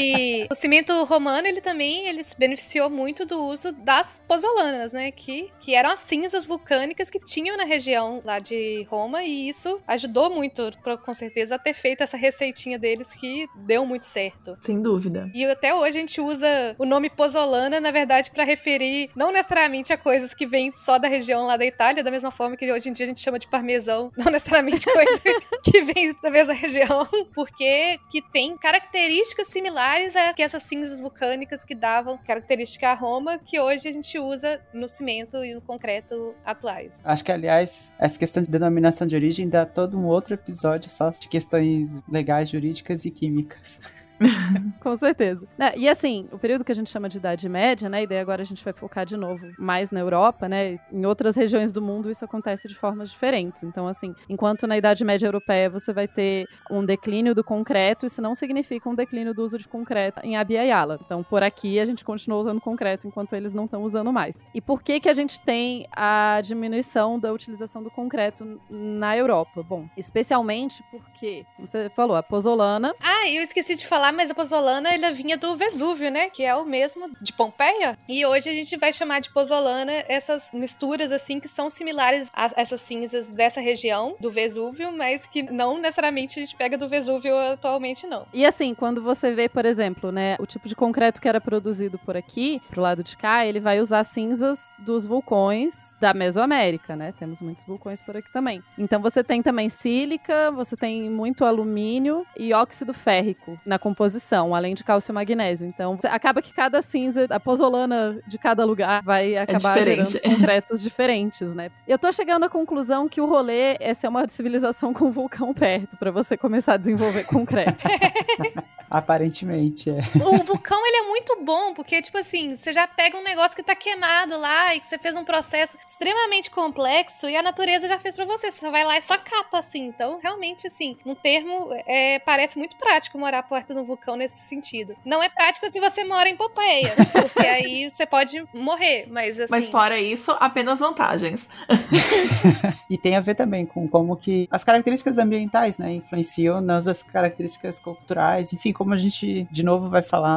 e o cimento romano, ele se beneficiou muito do uso das pozzolanas, né? Que eram as cinzas vulcânicas que tinham na região lá de Roma, e isso ajudou muito, com certeza, a ter feito essa receitinha deles que deu muito certo. Sem dúvida. E até hoje a gente usa o nome pozzolana, na verdade, pra referir não necessariamente a coisas que vêm só da região lá da Itália, da mesma forma que hoje em dia a gente chama de parmesão, não necessariamente coisa que vem da mesma região, porque que tem características similares a que essas cinzas vulcânicas que davam característica a Roma, que hoje a gente usa no cimento e no concreto atuais. Acho que, aliás, essa questão de denominação de origem dá todo um outro episódio só de questões legais, jurídicas e químicas. Com certeza. E assim, o período que a gente chama de Idade Média, né, e daí agora a gente vai focar de novo mais na Europa, né, em outras regiões do mundo isso acontece de formas diferentes. Então, assim, enquanto na Idade Média Europeia você vai ter um declínio do concreto, isso não significa um declínio do uso de concreto em Abya-Yala. Então, por aqui a gente continua usando concreto enquanto eles não estão usando mais. E por que que a gente tem a diminuição da utilização do concreto na Europa? Bom, especialmente porque, como você falou, a pozzolana... eu esqueci de falar, mas a pozzolana, ela vinha do Vesúvio, né? Que é o mesmo de Pompeia. E hoje a gente vai chamar de pozzolana essas misturas, assim, que são similares a essas cinzas dessa região do Vesúvio, mas que não necessariamente a gente pega do Vesúvio atualmente, não. E assim, quando você vê, por exemplo, né, o tipo de concreto que era produzido por aqui, pro lado de cá, ele vai usar cinzas dos vulcões da Mesoamérica, né? Temos muitos vulcões por aqui também. Então você tem também sílica, você tem muito alumínio e óxido férrico na composição, além de cálcio e magnésio. Então, acaba que cada cinza, a pozzolana de cada lugar vai acabar gerando concretos diferentes, né? Eu tô chegando à conclusão que o rolê é ser uma civilização com um vulcão perto, pra você começar a desenvolver concreto. Aparentemente, é. O vulcão, ele é muito bom, porque, tipo assim, você já pega um negócio que tá queimado lá e que você fez um processo extremamente complexo e a natureza já fez pra você. Você só vai lá e só cata, assim. Então, realmente, assim, um termo parece muito prático morar perto de um vulcão nesse sentido. Não é prático se você mora em Pompeia, porque aí você pode morrer, mas assim... Mas fora isso, apenas vantagens. E tem a ver também com como que as características ambientais, né, influenciam nas características culturais, enfim, como a gente, de novo, vai falar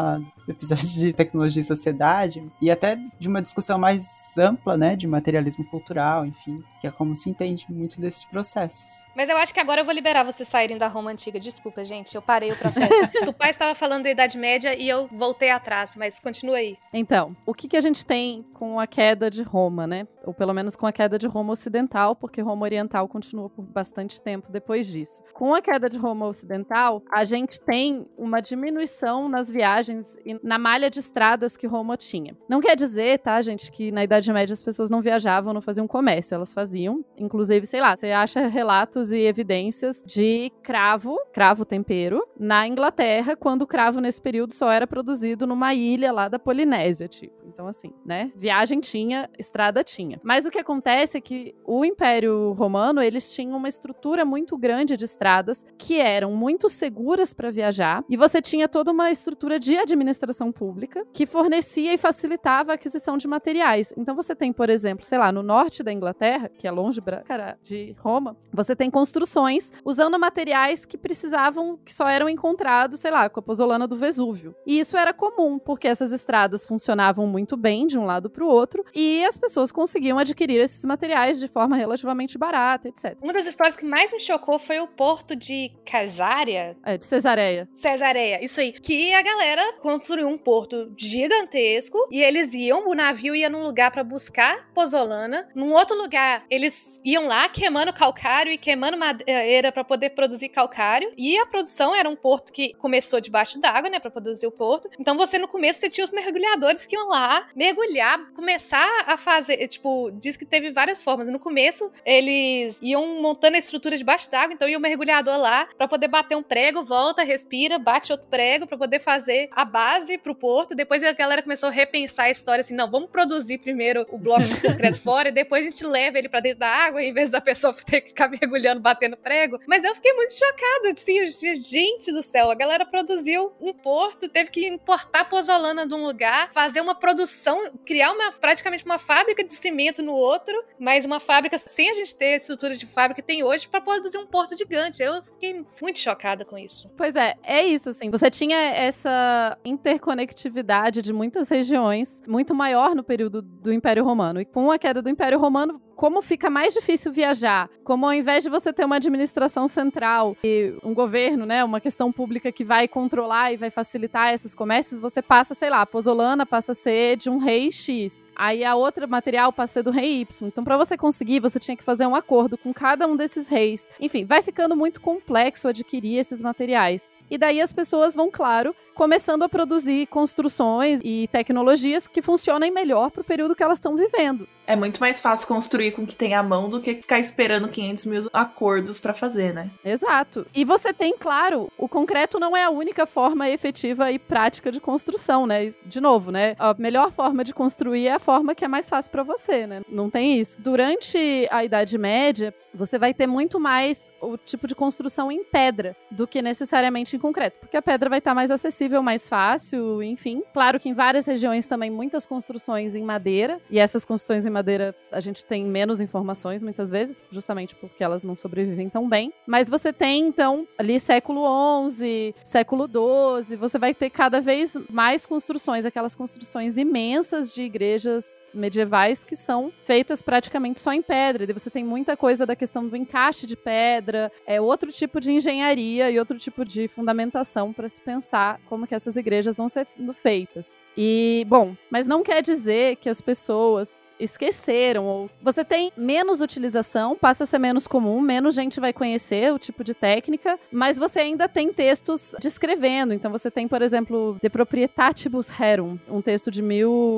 episódio de tecnologia e sociedade, e até de uma discussão mais ampla, né, de materialismo cultural, enfim, que é como se entende muito desses processos. Mas eu acho que agora eu vou liberar vocês saírem da Roma Antiga. Desculpa, gente, eu parei o processo. O pai estava falando da Idade Média e eu voltei atrás, mas continua aí. Então, o que a gente tem com a queda de Roma, né? Ou pelo menos com a queda de Roma Ocidental, porque Roma Oriental continua por bastante tempo depois disso. Com a queda de Roma Ocidental, a gente tem uma diminuição nas viagens e na malha de estradas que Roma tinha. Não quer dizer, tá, gente, que na Idade Média as pessoas não viajavam, não faziam comércio, elas faziam. Inclusive, sei lá, você acha relatos e evidências de cravo tempero, na Inglaterra, quando o cravo nesse período só era produzido numa ilha lá da Polinésia, tipo. Então, assim, né? Viagem tinha, estrada tinha. Mas o que acontece é que o Império Romano, eles tinham uma estrutura muito grande de estradas que eram muito seguras para viajar, e você tinha toda uma estrutura de administração pública que fornecia e facilitava a aquisição de materiais. Então, você tem, por exemplo, sei lá, no norte da Inglaterra, que é longe de Roma, você tem construções usando materiais que precisavam, que só eram encontrados, sei lá, com a pozolana do Vesúvio. E isso era comum, porque essas estradas funcionavam muito bem de um lado para o outro, e as pessoas conseguiam adquirir esses materiais de forma relativamente barata, etc. Uma das histórias que mais me chocou foi o porto de Casária. De Cesareia. Cesareia, isso aí. Que a galera construiu um porto gigantesco e eles iam, o navio ia num lugar pra buscar pozolana, num outro lugar eles iam lá queimando calcário e queimando madeira pra poder produzir calcário, e a produção era um porto que começou debaixo d'água, né, pra produzir o porto. Então no começo você tinha os mergulhadores que iam lá mergulhar, começar a fazer, tipo, diz que teve várias formas. No começo eles iam montando a estrutura debaixo d'água, então ia o mergulhador lá pra poder bater um prego, volta, respira, bate outro prego pra poder fazer a base pro porto. Depois a galera começou a repensar a história assim, não, vamos produzir primeiro o bloco de concreto fora e depois a gente leva ele pra dentro da água em vez da pessoa ter que ficar mergulhando, batendo prego. Mas eu fiquei muito chocada, assim, gente do céu, a galera produziu um porto, teve que importar pozolana de um lugar, fazer uma produção, criar praticamente uma fábrica de cimento no outro, mas uma fábrica sem a gente ter a estrutura de fábrica que tem hoje pra produzir um porto gigante. Eu fiquei muito chocada com isso. Pois é isso, assim. Você tinha essa interconectividade de muitas regiões muito maior no período do Império Romano. E com a queda do Império Romano, como fica mais difícil viajar, como ao invés de você ter uma administração central e um governo, né, uma questão pública que vai controlar e vai facilitar esses comércios, você passa, sei lá, a pozolana passa a ser de um rei X, aí a outra material passa a ser do rei Y. Então, para você conseguir, você tinha que fazer um acordo com cada um desses reis. Enfim, vai ficando muito complexo adquirir esses materiais. E daí as pessoas vão, claro, começando a produzir construções e tecnologias que funcionem melhor para o período que elas estão vivendo. É muito mais fácil construir com o que tem à mão do que ficar esperando 500 mil acordos pra fazer, né? Exato. E você tem, claro, o concreto não é a única forma efetiva e prática de construção, né? De novo, né? A melhor forma de construir é a forma que é mais fácil pra você, né? Não tem isso. Durante a Idade Média, você vai ter muito mais o tipo de construção em pedra do que necessariamente em concreto, porque a pedra vai estar mais acessível, mais fácil, enfim. Claro que em várias regiões também muitas construções em madeira, e essas construções em madeira a gente tem menos informações muitas vezes, justamente porque elas não sobrevivem tão bem. Mas você tem, então, ali século XI, século XII, você vai ter cada vez mais construções, aquelas construções imensas de igrejas medievais que são feitas praticamente só em pedra. E você tem muita coisa da questão do encaixe de pedra, é outro tipo de engenharia e outro tipo de fundamentação para se pensar como que essas igrejas vão ser feitas. E, bom, mas não quer dizer que as pessoas esqueceram, ou você tem menos utilização, passa a ser menos comum, menos gente vai conhecer o tipo de técnica, mas você ainda tem textos descrevendo. Então você tem, por exemplo, De Proprietatibus Rerum, um texto de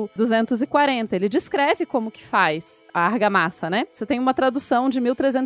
1240. Ele descreve como que faz a argamassa, né? Você tem uma tradução de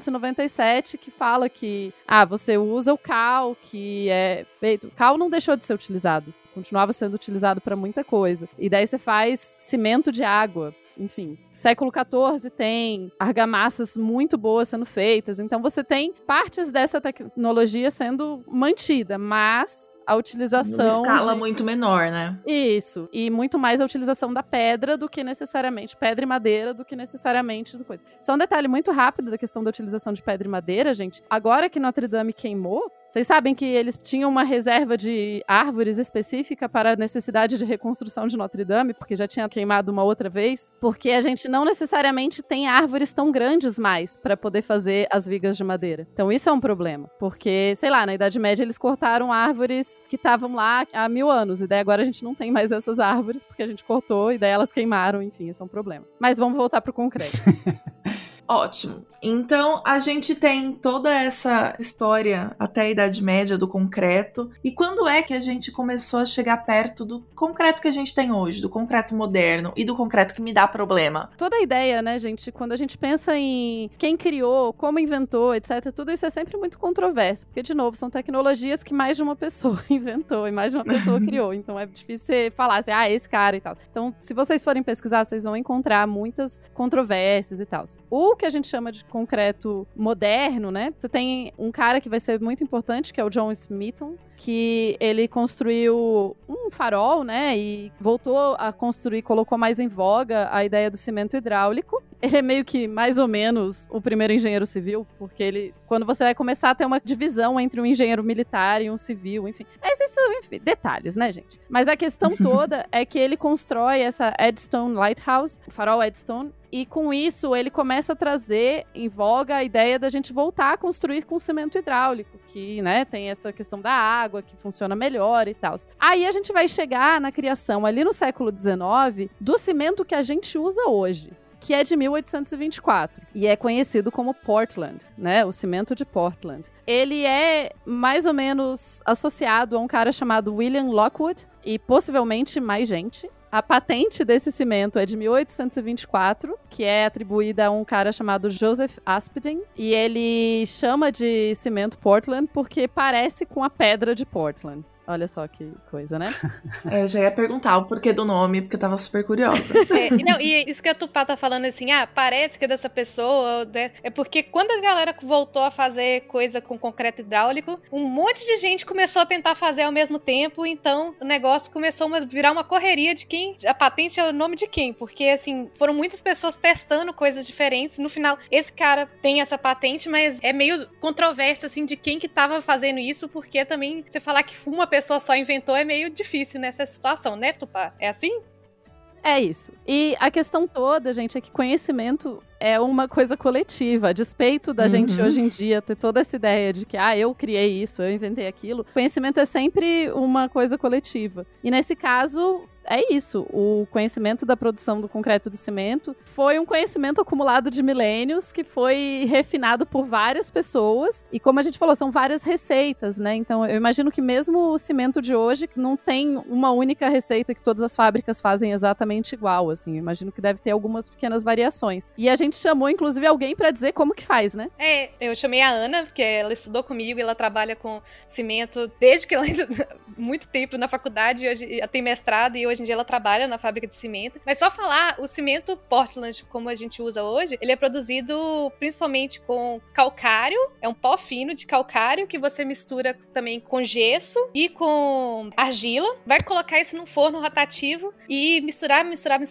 1397 que fala que, você usa o cal, que é feito... O cal não deixou de ser utilizado, continuava sendo utilizado para muita coisa. E daí você faz cimento de água. Enfim, século XIV tem argamassas muito boas sendo feitas. Então você tem partes dessa tecnologia sendo mantida, mas a utilização... Numa escala muito menor, né? Isso. E muito mais a utilização da pedra do que necessariamente... Pedra e madeira do que necessariamente... Só um detalhe muito rápido da questão da utilização de pedra e madeira, gente. Agora que Notre Dame queimou, Vocês sabem que eles tinham uma reserva de árvores específica para a necessidade de reconstrução de Notre Dame, porque já tinha queimado uma outra vez? Porque a gente não necessariamente tem árvores tão grandes mais para poder fazer as vigas de madeira. Então isso é um problema, porque, sei lá, na Idade Média eles cortaram árvores que estavam lá há 1000 anos, e daí agora a gente não tem mais essas árvores, porque a gente cortou e daí elas queimaram, enfim, isso é um problema. Mas vamos voltar pro concreto. Ótimo. Então, a gente tem toda essa história até a Idade Média do concreto. E quando é que a gente começou a chegar perto do concreto que a gente tem hoje, do concreto moderno e do concreto que me dá problema? Toda a ideia, né, gente, quando a gente pensa em quem criou, como inventou, etc., tudo isso é sempre muito controverso, porque, de novo, são tecnologias que mais de uma pessoa inventou e mais de uma pessoa criou. Então, é difícil você falar assim, esse cara e tal. Então, se vocês forem pesquisar, vocês vão encontrar muitas controvérsias e tal. O que a gente chama de concreto moderno, né? Você tem um cara que vai ser muito importante, que é o John Smeaton, que ele construiu um farol, né? E voltou a construir, colocou mais em voga a ideia do cimento hidráulico. Ele é meio que, mais ou menos, o primeiro engenheiro civil, porque ele, quando você vai começar a ter uma divisão entre um engenheiro militar e um civil, enfim. Mas isso, enfim, detalhes, né, gente? Mas a questão toda é que ele constrói essa Eddystone Lighthouse, o farol Eddystone, e com isso ele começa a trazer em voga a ideia da gente voltar a construir com cimento hidráulico, que, né, tem essa questão da água, que funciona melhor e tal. Aí a gente vai chegar na criação, ali no século XIX, do cimento que a gente usa hoje, que é de 1824, e é conhecido como Portland, né, o cimento de Portland. Ele é mais ou menos associado a um cara chamado William Lockwood, e possivelmente mais gente. A patente desse cimento é de 1824, que é atribuída a um cara chamado Joseph Aspdin, e ele chama de cimento Portland porque parece com a pedra de Portland. Olha só que coisa, né? Eu já ia perguntar o porquê do nome, porque eu tava super curiosa. E isso que a Tupá tá falando assim, parece que é dessa pessoa, né? É porque quando a galera voltou a fazer coisa com concreto hidráulico, um monte de gente começou a tentar fazer ao mesmo tempo, então o negócio começou a virar uma correria de quem, a patente é o nome de quem, porque assim, foram muitas pessoas testando coisas diferentes, no final, esse cara tem essa patente, mas é meio controverso, assim, de quem que tava fazendo isso, porque também, você falar que uma pessoa só inventou é meio difícil nessa situação, né, Tupá? É assim? É isso. E a questão toda, gente, é que conhecimento é uma coisa coletiva. A despeito da gente hoje em dia ter toda essa ideia de que, eu criei isso, eu inventei aquilo, conhecimento é sempre uma coisa coletiva. E nesse caso, é isso. O conhecimento da produção do concreto de cimento foi um conhecimento acumulado de milênios que foi refinado por várias pessoas. E como a gente falou, são várias receitas, né? Então, eu imagino que mesmo o cimento de hoje não tem uma única receita que todas as fábricas fazem exatamente igual, assim. Eu imagino que deve ter algumas pequenas variações. E a gente chamou, inclusive, alguém pra dizer como que faz, né? Eu chamei a Ana, porque ela estudou comigo e ela trabalha com cimento desde que ela muito tempo na faculdade, hoje ela tem mestrado e hoje em dia ela trabalha na fábrica de cimento. Mas só falar, o cimento Portland, como a gente usa hoje, ele é produzido principalmente com calcário, é um pó fino de calcário que você mistura também com gesso e com argila, vai colocar isso num forno rotativo e misturar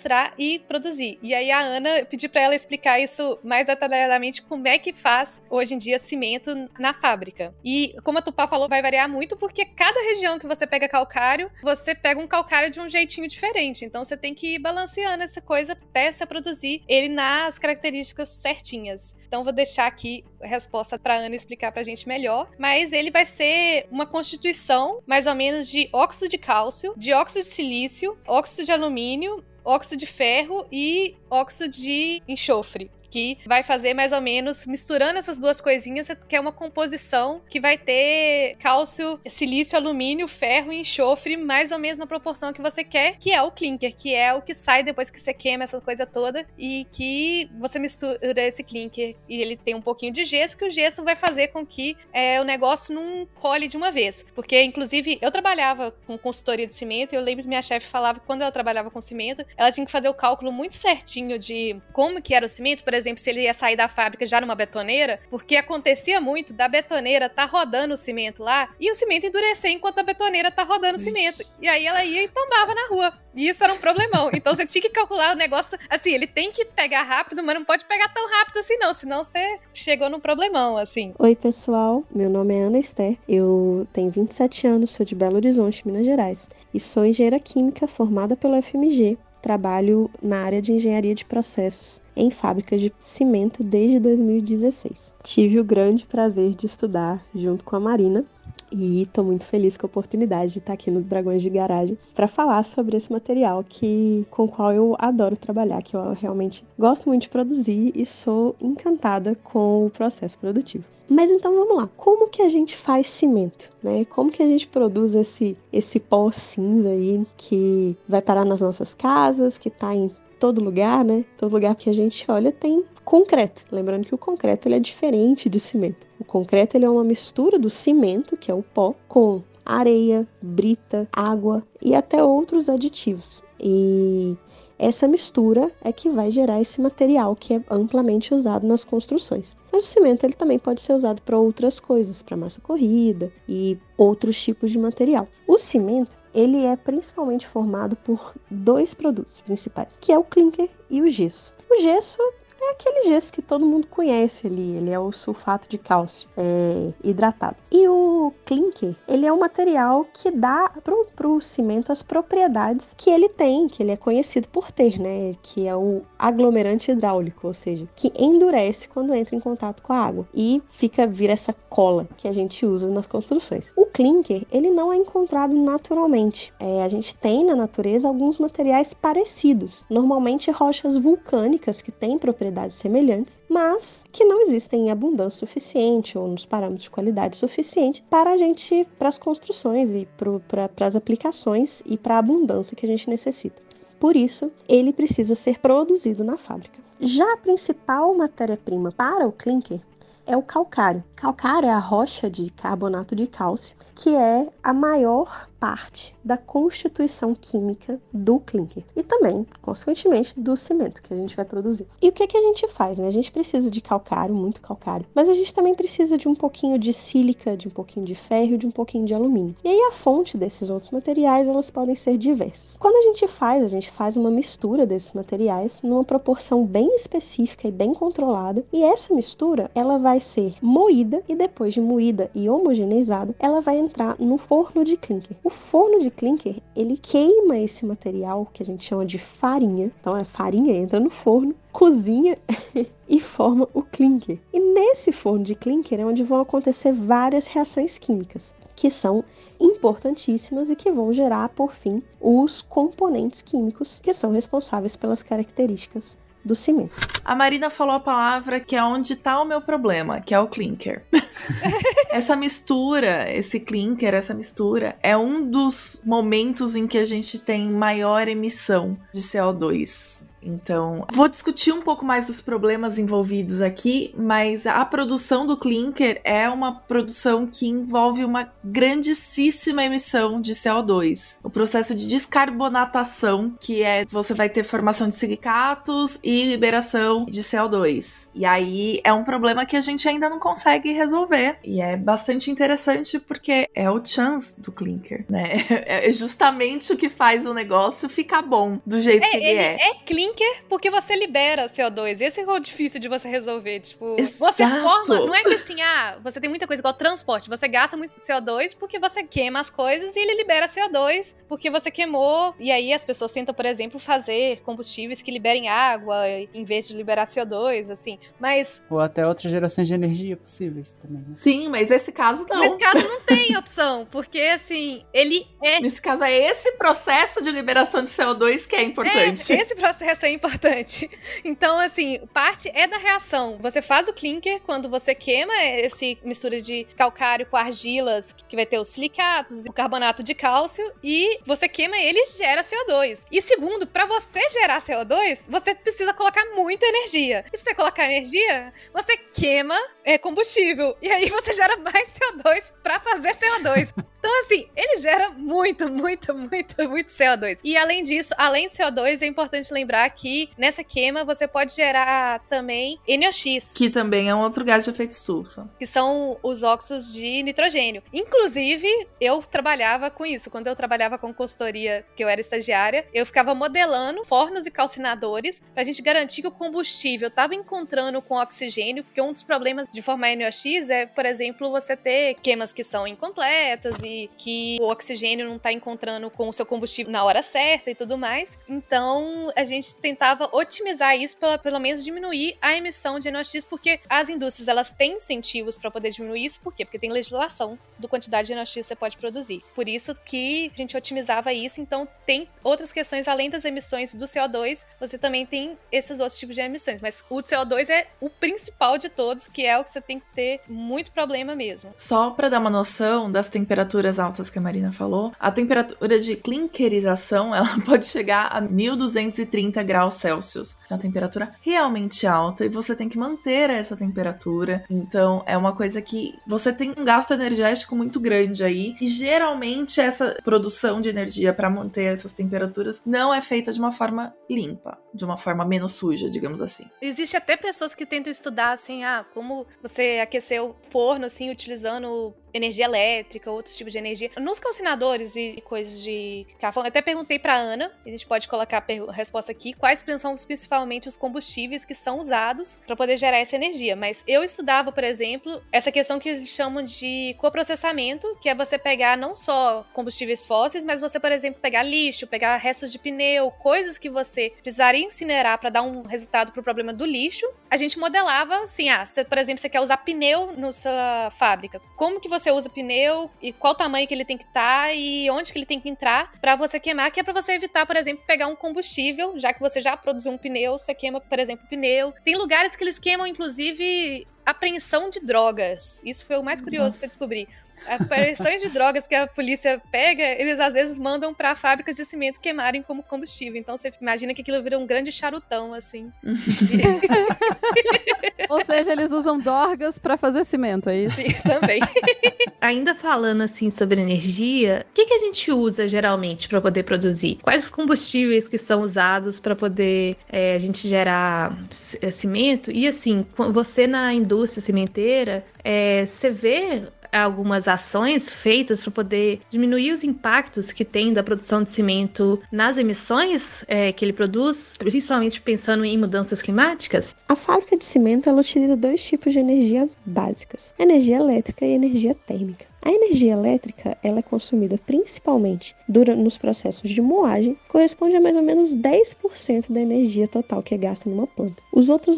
e produzir. E aí a Ana, eu pedi pra ela explicar isso mais detalhadamente, como é que faz hoje em dia cimento na fábrica. E como a Tupá falou, vai variar muito porque cada região que você pega calcário, você pega um calcário de um jeitinho diferente. Então você tem que ir balanceando essa coisa até você produzir ele nas características certinhas. Então vou deixar aqui a resposta pra Ana explicar pra gente melhor. Mas ele vai ser uma constituição mais ou menos de óxido de cálcio, dióxido de silício, óxido de alumínio, óxido de ferro e óxido de enxofre, que vai fazer mais ou menos, misturando essas duas coisinhas, que é uma composição que vai ter cálcio, silício, alumínio, ferro e enxofre, mais ou menos na proporção que você quer, que é o clinker, que é o que sai depois que você queima essa coisa toda, e que você mistura esse clinker e ele tem um pouquinho de gesso, que o gesso vai fazer com que o negócio não colhe de uma vez. Porque, inclusive, eu trabalhava com consultoria de cimento e eu lembro que minha chefe falava que quando ela trabalhava com cimento, ela tinha que fazer o cálculo muito certinho de como que era o cimento, por exemplo, exemplo, se ele ia sair da fábrica já numa betoneira, porque acontecia muito da betoneira tá rodando o cimento lá e o cimento endurecer enquanto a betoneira tá rodando o cimento. E aí ela ia e tombava na rua. E isso era um problemão. Então você tinha que calcular o negócio, assim, ele tem que pegar rápido, mas não pode pegar tão rápido assim não, senão você chegou num problemão, assim. Oi, pessoal. Meu nome é Ana Esther. Eu tenho 27 anos, sou de Belo Horizonte, Minas Gerais. E sou engenheira química formada pelo FMG. Trabalho na área de engenharia de processos em fábricas de cimento desde 2016. Tive o grande prazer de estudar junto com a Marina e estou muito feliz com a oportunidade de estar aqui no Dragões de Garagem para falar sobre esse material com o qual eu adoro trabalhar, que eu realmente gosto muito de produzir e sou encantada com o processo produtivo. Mas então vamos lá, como que a gente faz cimento, né? Como que a gente produz esse pó cinza aí que vai parar nas nossas casas, que tá em todo lugar, né? Todo lugar que a gente olha tem concreto. Lembrando que o concreto ele é diferente de cimento. O concreto ele é uma mistura do cimento, que é o pó, com areia, brita, água e até outros aditivos. E essa mistura é que vai gerar esse material que é amplamente usado nas construções. Mas o cimento ele também pode ser usado para outras coisas, para massa corrida e outros tipos de material. O cimento ele é principalmente formado por 2 produtos principais, que é o clinker e o gesso. O gesso é aquele gesso que todo mundo conhece ali, ele é o sulfato de cálcio hidratado. E o clinker, ele é um material que dá pro cimento as propriedades que ele tem, que ele é conhecido por ter, né? Que é o aglomerante hidráulico, ou seja, que endurece quando entra em contato com a água e vira essa cola que a gente usa nas construções. O clinker, ele não é encontrado naturalmente. A gente tem na natureza alguns materiais parecidos, normalmente rochas vulcânicas que têm propriedades semelhantes, mas que não existem em abundância suficiente ou nos parâmetros de qualidade suficiente para as construções e para as aplicações e para a abundância que a gente necessita. Por isso, ele precisa ser produzido na fábrica. Já a principal matéria-prima para o clinker é o calcário. Calcário é a rocha de carbonato de cálcio, que é a maior parte da constituição química do clinker e também, consequentemente, do cimento que a gente vai produzir. E o que a gente faz, né? A gente precisa de calcário, muito calcário, mas a gente também precisa de um pouquinho de sílica, de um pouquinho de ferro, de um pouquinho de alumínio. E aí a fonte desses outros materiais, elas podem ser diversas. Quando a gente faz uma mistura desses materiais numa proporção bem específica e bem controlada, e essa mistura, ela vai ser moída e depois de moída e homogeneizada, ela vai entrar no forno de clinker. O forno de clinker, ele queima esse material que a gente chama de farinha. Então a farinha entra no forno, cozinha e forma o clinker. E nesse forno de clinker é onde vão acontecer várias reações químicas, que são importantíssimas e que vão gerar, por fim, os componentes químicos que são responsáveis pelas características do cimento. A Marina falou a palavra que é onde tá o meu problema, que é o clinker. Essa mistura é um dos momentos em que a gente tem maior emissão de CO2. Então, vou discutir um pouco mais os problemas envolvidos aqui, mas a produção do clinker é uma produção que envolve uma grandíssima emissão de CO2. O processo de descarbonatação, que você vai ter formação de silicatos e liberação de CO2. E aí é um problema que a gente ainda não consegue resolver. E é bastante interessante porque é o chance do clinker, né? É justamente o que faz o negócio ficar bom do jeito que ele é. É clinker porque você libera CO2. Esse é o difícil de você resolver. Tipo, Exato. Você forma. Não é que assim, você tem muita coisa igual transporte. Você gasta muito CO2 porque você queima as coisas e ele libera CO2 porque você queimou. E aí as pessoas tentam, por exemplo, fazer combustíveis que liberem água em vez de liberar CO2, assim. Mas. Ou até outras gerações de energia possíveis também, né? Sim, mas nesse caso não. Nesse caso não tem opção, porque assim, ele é. Nesse caso é esse processo de liberação de CO2 que é importante. Esse processo é importante. Então, assim, parte é da reação. Você faz o clinker quando você queima esse mistura de calcário com argilas, que vai ter os silicatos, o carbonato de cálcio, e você queima ele e gera CO2. E segundo, para você gerar CO2, você precisa colocar muita energia. E pra você colocar energia, você queima combustível. E aí você gera mais CO2 para fazer CO2. Então, assim, ele gera muito CO2. E além disso, além de CO2, é importante lembrar que nessa queima você pode gerar também NOx. Que também é um outro gás de efeito estufa. Que são os óxidos de nitrogênio. Inclusive, eu trabalhava com isso. Quando eu trabalhava com consultoria, que eu era estagiária, eu ficava modelando fornos e calcinadores pra gente garantir que o combustível estava encontrando com oxigênio, porque um dos problemas de formar NOx é, por exemplo, você ter queimas que são incompletas e que o oxigênio não tá encontrando com o seu combustível na hora certa e tudo mais. Então, a gente tentava otimizar isso para pelo menos diminuir a emissão de NOx, porque as indústrias, elas têm incentivos para poder diminuir isso. Por quê? Porque tem legislação do quantidade de NOx que você pode produzir. Por isso que a gente otimizava isso. Então, tem outras questões além das emissões do CO2, você também tem esses outros tipos de emissões. Mas o CO2 é o principal de todos, que é o que você tem que ter muito problema mesmo. Só para dar uma noção das temperaturas altas que a Marina falou, a temperatura de clinkerização, ela pode chegar a 1230 graus Celsius. É uma temperatura realmente alta e você tem que manter essa temperatura. Então, é uma coisa que você tem um gasto energético muito grande aí. E geralmente essa produção de energia para manter essas temperaturas não é feita de uma forma limpa, de uma forma menos suja, digamos assim. Existe até pessoas que tentam estudar, assim, como você aquecer o forno, assim, utilizando energia elétrica, outros tipos de energia. Nos calcinadores e coisas de carvão, eu até perguntei pra Ana, a gente pode colocar a resposta aqui, quais são principalmente os combustíveis que são usados para poder gerar essa energia. Mas eu estudava, por exemplo, essa questão que eles chamam de coprocessamento, que é você pegar não só combustíveis fósseis, mas você, por exemplo, pegar lixo, pegar restos de pneu, coisas que você precisaria incinerar para dar um resultado pro problema do lixo. A gente modelava assim, por exemplo, você quer usar pneu na sua fábrica. Como que você usa pneu e qual tamanho que ele tem que estar e onde que ele tem que entrar para você queimar, que é para você evitar, por exemplo, pegar um combustível, já que você já produziu um pneu, você queima, por exemplo, pneu. Tem lugares que eles queimam, inclusive, apreensão de drogas. Isso foi o mais curioso que eu descobri. Apreensões de drogas que a polícia pega, eles às vezes mandam pra fábricas de cimento queimarem como combustível. Então você imagina que aquilo vira um grande charutão, assim. Ou seja, eles usam dorgas pra fazer cimento, é isso? Sim, também. Ainda falando assim sobre energia, o que a gente usa geralmente para poder produzir? Quais os combustíveis que são usados para poder a gente gerar cimento? E assim, você na indústria cimenteira, você vê algumas ações feitas para poder diminuir os impactos que tem da produção de cimento nas emissões que ele produz, principalmente pensando em mudanças climáticas? A fábrica de cimento ela utiliza dois tipos de energia básicas: energia elétrica e energia térmica. A energia elétrica ela é consumida principalmente nos processos de moagem, corresponde a mais ou menos 10% da energia total que é gasta numa planta. Os outros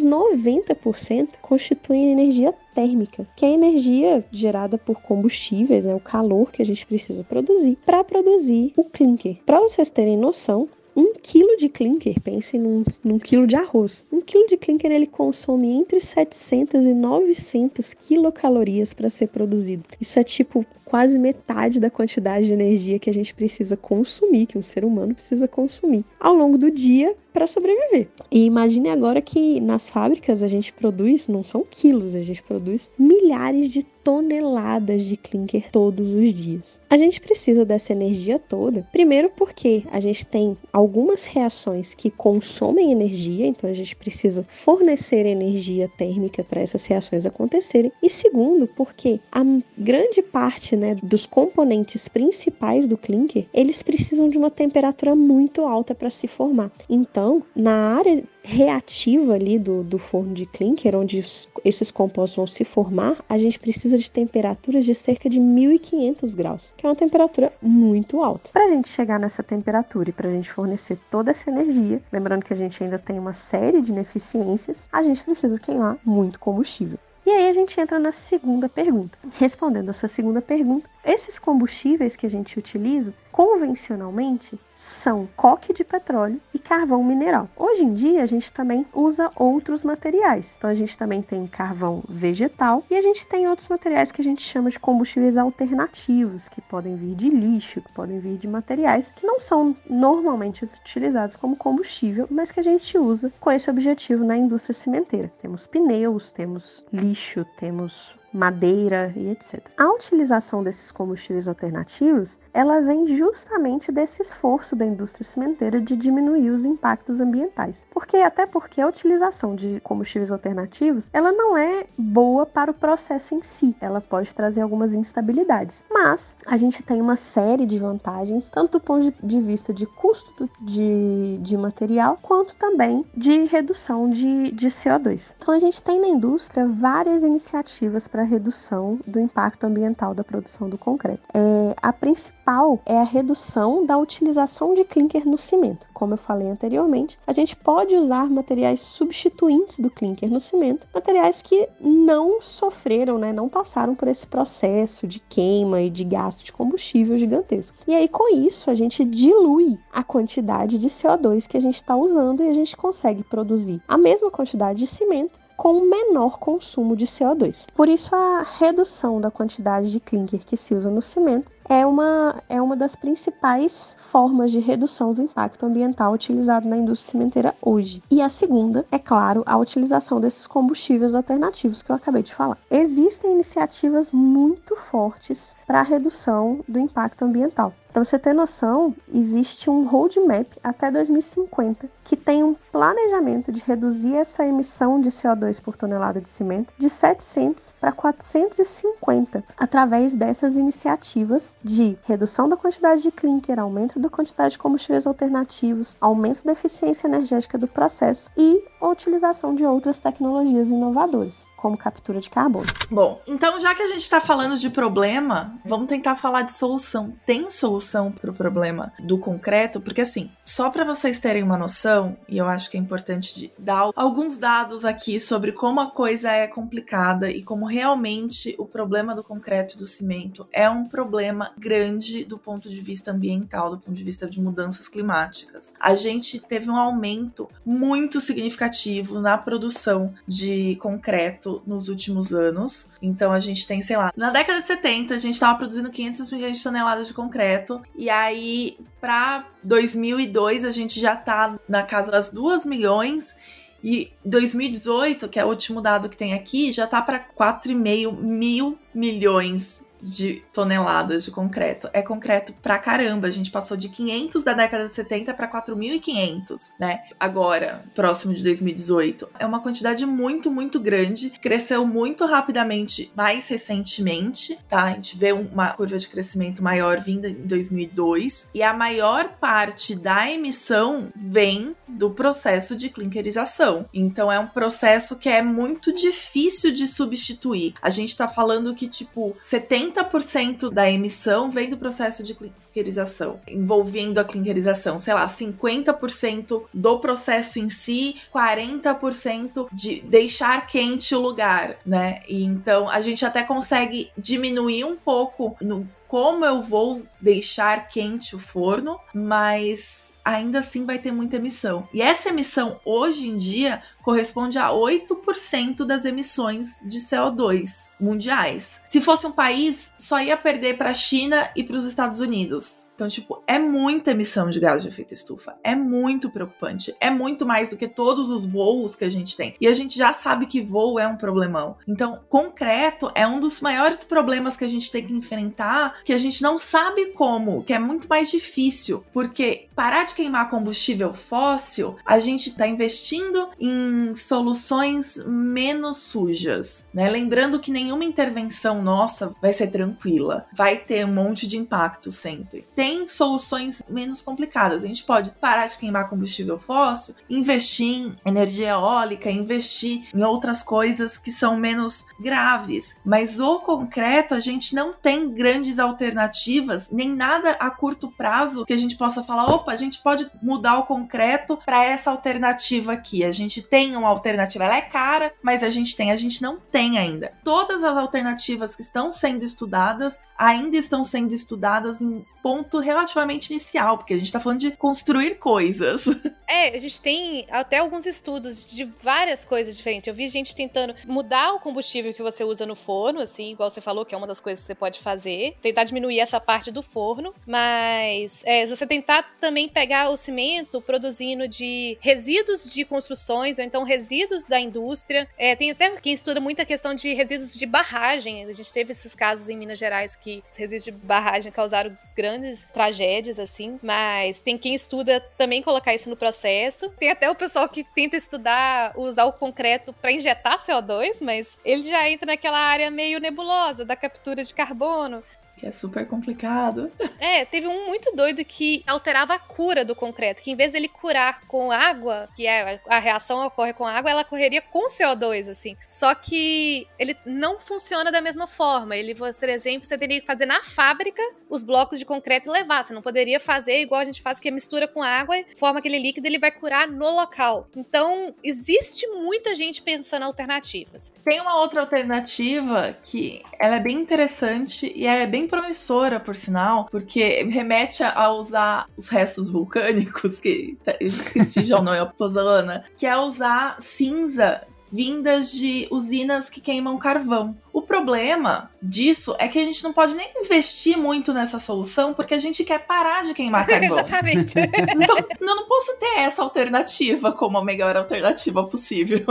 90% constituem energia térmica, que é a energia gerada por combustíveis, o calor que a gente precisa produzir para produzir o clinker. Para vocês terem noção, 1 quilo de clinker, pensem num quilo de arroz. 1 quilo de clinker ele consome entre 700 e 900 quilocalorias para ser produzido. Isso é tipo quase metade da quantidade de energia que a gente precisa consumir, que um ser humano precisa consumir ao longo do dia para sobreviver. E imagine agora que nas fábricas a gente produz, não são quilos, a gente produz milhares de toneladas de clinker todos os dias. A gente precisa dessa energia toda, primeiro porque a gente tem algumas reações que consomem energia, então a gente precisa fornecer energia térmica para essas reações acontecerem, e segundo porque a grande parte dos componentes principais do clinker, eles precisam de uma temperatura muito alta para se formar. Então, na área reativa ali do forno de clinker, onde esses compostos vão se formar, a gente precisa de temperaturas de cerca de 1500 graus, que é uma temperatura muito alta. Para a gente chegar nessa temperatura e para a gente fornecer toda essa energia, lembrando que a gente ainda tem uma série de ineficiências, a gente precisa queimar muito combustível. E aí a gente entra na segunda pergunta. Respondendo essa segunda pergunta, esses combustíveis que a gente utiliza convencionalmente são coque de petróleo e carvão mineral. Hoje em dia a gente também usa outros materiais. Então a gente também tem carvão vegetal e a gente tem outros materiais que a gente chama de combustíveis alternativos, que podem vir de lixo, que podem vir de materiais que não são normalmente utilizados como combustível, mas que a gente usa com esse objetivo na indústria cimenteira. Temos pneus, temos lixo, temos madeira e etc. A utilização desses combustíveis alternativos, ela vem justamente desse esforço da indústria cimenteira de diminuir os impactos ambientais. Até porque a utilização de combustíveis alternativos, ela não é boa para o processo em si. Ela pode trazer algumas instabilidades. Mas a gente tem uma série de vantagens, tanto do ponto de vista de custo de material, quanto também de redução de CO2. Então a gente tem na indústria várias iniciativas para redução do impacto ambiental da produção do concreto. A principal é a redução da utilização de clinker no cimento. Como eu falei anteriormente, a gente pode usar materiais substituintes do clinker no cimento, materiais que não sofreram, não passaram por esse processo de queima e de gasto de combustível gigantesco. E aí, com isso, a gente dilui a quantidade de CO2 que a gente está usando e a gente consegue produzir a mesma quantidade de cimento com um menor consumo de CO2. Por isso, a redução da quantidade de clinker que se usa no cimento é uma das principais formas de redução do impacto ambiental utilizado na indústria cimenteira hoje. E a segunda, é claro, a utilização desses combustíveis alternativos que eu acabei de falar. Existem iniciativas muito fortes para a redução do impacto ambiental. Para você ter noção, existe um roadmap até 2050 que tem um planejamento de reduzir essa emissão de CO2 por tonelada de cimento de 700 para 450 através dessas iniciativas de redução da quantidade de clinker, aumento da quantidade de combustíveis alternativos, aumento da eficiência energética do processo e a utilização de outras tecnologias inovadoras, como captura de carbono. Bom, então já que a gente está falando de problema, vamos tentar falar de solução. Tem solução para o problema do concreto? Porque assim, só para vocês terem uma noção, e eu acho que é importante dar alguns dados aqui sobre como a coisa é complicada e como realmente o problema do concreto e do cimento é um problema grande do ponto de vista ambiental, do ponto de vista de mudanças climáticas. A gente teve um aumento muito significativo na produção de concreto nos últimos anos. Então a gente tem, sei lá, na década de 70 a gente estava produzindo 500 milhões de toneladas de concreto e aí para 2002 a gente já tá na casa das 2 milhões e 2018, que é o último dado que tem aqui, já tá para 4,5 mil milhões de toneladas de concreto. É concreto pra caramba. A gente passou de 500 da década de 70 para 4.500, né? Agora, próximo de 2018. É uma quantidade muito, muito grande. Cresceu muito rapidamente mais recentemente, tá? A gente vê uma curva de crescimento maior vinda em 2002. E a maior parte da emissão vem do processo de clinkerização. Então, é um processo que é muito difícil de substituir. A gente tá falando que, 70% da emissão vem do processo de clinkerização, envolvendo a clinkerização, sei lá, 50% do processo em si, 40% de deixar quente o lugar, né? E então a gente até consegue diminuir um pouco no como eu vou deixar quente o forno, mas ainda assim vai ter muita emissão. E essa emissão, hoje em dia, corresponde a 8% das emissões de CO2 mundiais. Se fosse um país, só ia perder para a China e para os Estados Unidos. Então, é muita emissão de gás de efeito estufa. É muito preocupante. É muito mais do que todos os voos que a gente tem. E a gente já sabe que voo é um problemão. Então, concreto é um dos maiores problemas que a gente tem que enfrentar, que a gente não sabe como, que é muito mais difícil. Porque parar de queimar combustível fóssil, a gente está investindo em soluções menos sujas, né? Lembrando que nenhuma intervenção nossa vai ser tranquila. Vai ter um monte de impacto sempre. Tem soluções menos complicadas. A gente pode parar de queimar combustível fóssil, investir em energia eólica, investir em outras coisas que são menos graves. Mas o concreto, a gente não tem grandes alternativas, nem nada a curto prazo que a gente possa falar, opa, a gente pode mudar o concreto para essa alternativa aqui. A gente tem uma alternativa, ela é cara, mas a gente não tem ainda. Todas as alternativas que estão sendo estudadas ainda estão sendo estudadas em ponto relativamente inicial, porque a gente tá falando de construir coisas. A gente tem até alguns estudos de várias coisas diferentes. Eu vi gente tentando mudar o combustível que você usa no forno, assim, igual você falou, que é uma das coisas que você pode fazer, tentar diminuir essa parte do forno, mas se você tentar também pegar o cimento produzindo de resíduos de construções ou então resíduos da indústria. Tem até quem estuda muito a questão de resíduos de barragem. A gente teve esses casos em Minas Gerais que os resíduos de barragem causaram grandes tragédias, assim, mas tem quem estuda também colocar isso no processo. Tem até o pessoal que tenta estudar usar o concreto para injetar CO2, mas ele já entra naquela área meio nebulosa da captura de carbono. Que é super complicado. Teve um muito doido que alterava a cura do concreto, que em vez dele curar com água, que a reação ocorre com água, ela correria com CO2, assim. Só que ele não funciona da mesma forma. Por exemplo, você teria que fazer na fábrica os blocos de concreto e levar. Você não poderia fazer igual a gente faz, que é mistura com água, forma aquele líquido, ele vai curar no local. Então, existe muita gente pensando em alternativas. Tem uma outra alternativa que ela é bem interessante e ela é bem promissora, por sinal, porque remete a usar os restos vulcânicos, que esqueci já o nome, a pozolana, que é usar cinza vindas de usinas que queimam carvão. O problema disso é que a gente não pode nem investir muito nessa solução porque a gente quer parar de queimar carvão. Exatamente. Então, eu não posso ter essa alternativa como a melhor alternativa possível.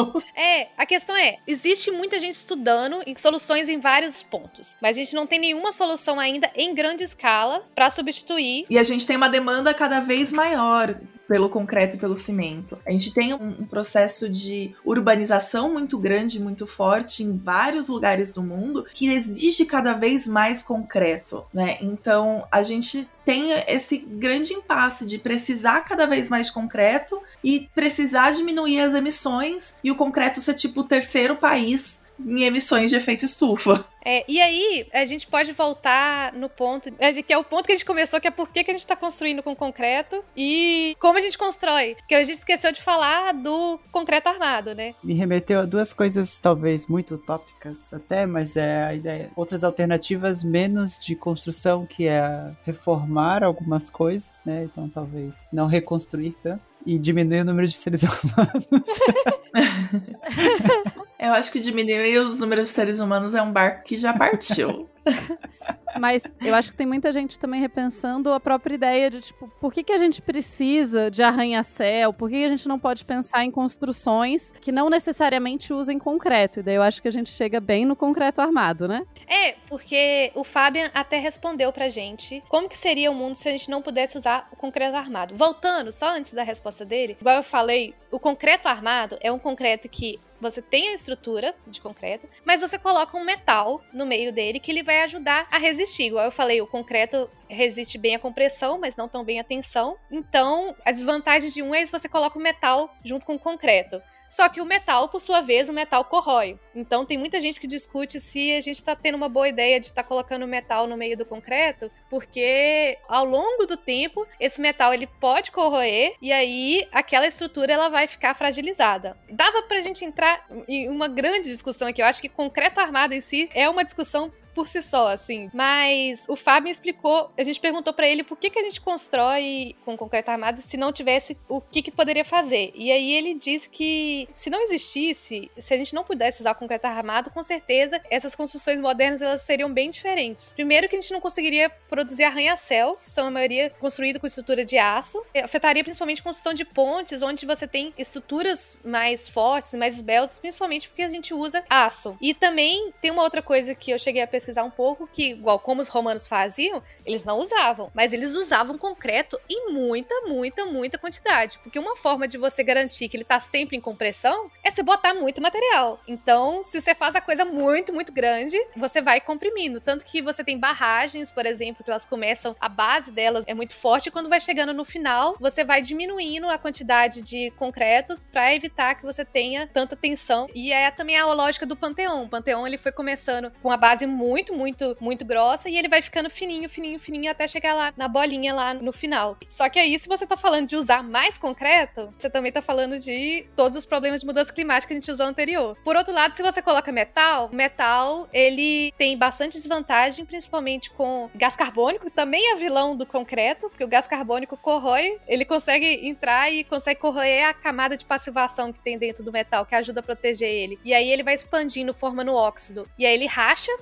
A questão existe muita gente estudando soluções em vários pontos, mas a gente não tem nenhuma solução ainda em grande escala para substituir. E a gente tem uma demanda cada vez maior pelo concreto e pelo cimento. A gente tem um processo de urbanização muito grande, muito forte em vários lugares do mundo que exige cada vez mais concreto, né? Então, a gente tem esse grande impasse de precisar cada vez mais de concreto e precisar diminuir as emissões e o concreto ser tipo o terceiro país em emissões de efeito estufa. E aí, a gente pode voltar no ponto, que é o ponto que a gente começou, que é por que a gente tá construindo com concreto e como a gente constrói. Porque a gente esqueceu de falar do concreto armado, né? Me remeteu a duas coisas talvez muito utópicas até, mas é a ideia. Outras alternativas menos de construção, que é reformar algumas coisas, né? Então talvez não reconstruir tanto e diminuir o número de seres humanos. Eu acho que diminuir os números de seres humanos é um barco que já partiu. Mas eu acho que tem muita gente também repensando a própria ideia de, tipo, por que a gente precisa de arranha-céu? Por que a gente não pode pensar em construções que não necessariamente usem concreto? E daí eu acho que a gente chega bem no concreto armado, né? Porque o Fabian até respondeu pra gente como que seria o mundo se a gente não pudesse usar o concreto armado. Voltando, só antes da resposta dele, igual eu falei, o concreto armado é um concreto que você tem a estrutura de concreto, mas você coloca um metal no meio dele que ele vai ajudar a resistir. Igual eu falei, o concreto resiste bem à compressão, mas não tão bem à tensão. Então, a desvantagem de um é se você coloca o metal junto com o concreto. Só que o metal, por sua vez, o metal corrói. Então tem muita gente que discute se a gente tá tendo uma boa ideia de estar colocando metal no meio do concreto, porque ao longo do tempo, esse metal ele pode corroer e aí aquela estrutura ela vai ficar fragilizada. Dava pra gente entrar em uma grande discussão aqui. Eu acho que concreto armado em si é uma discussão por si só, assim. Mas o Fábio explicou, a gente perguntou pra ele por que a gente constrói com concreto armado se não tivesse o que poderia fazer. E aí ele disse que se não existisse, se a gente não pudesse usar concreto armado, com certeza essas construções modernas elas seriam bem diferentes. Primeiro que a gente não conseguiria produzir arranha-céu, que são a maioria construída com estrutura de aço. Afetaria principalmente a construção de pontes, onde você tem estruturas mais fortes, mais esbeltas, principalmente porque a gente usa aço. E também tem uma outra coisa que eu cheguei a pesquisar um pouco, que igual como os romanos faziam, eles não usavam, mas eles usavam concreto em muita quantidade, porque uma forma de você garantir que ele tá sempre em compressão é você botar muito material. Então, se você faz a coisa muito grande, você vai comprimindo, tanto que você tem barragens, por exemplo, que elas começam, a base delas é muito forte, e quando vai chegando no final, você vai diminuindo a quantidade de concreto para evitar que você tenha tanta tensão. E é também a lógica do Panteão. O Panteão, ele foi começando com a base muito grossa e ele vai ficando fininho até chegar lá na bolinha lá no final. Só que aí, se você tá falando de usar mais concreto, você também tá falando de todos os problemas de mudança climática que a gente usou anterior. Por outro lado, se você coloca metal, ele tem bastante desvantagem, principalmente com gás carbônico, que também é vilão do concreto, porque o gás carbônico corrói, ele consegue entrar e consegue corroer a camada de passivação que tem dentro do metal, que ajuda a proteger ele. E aí ele vai expandindo, formando óxido. E aí ele racha.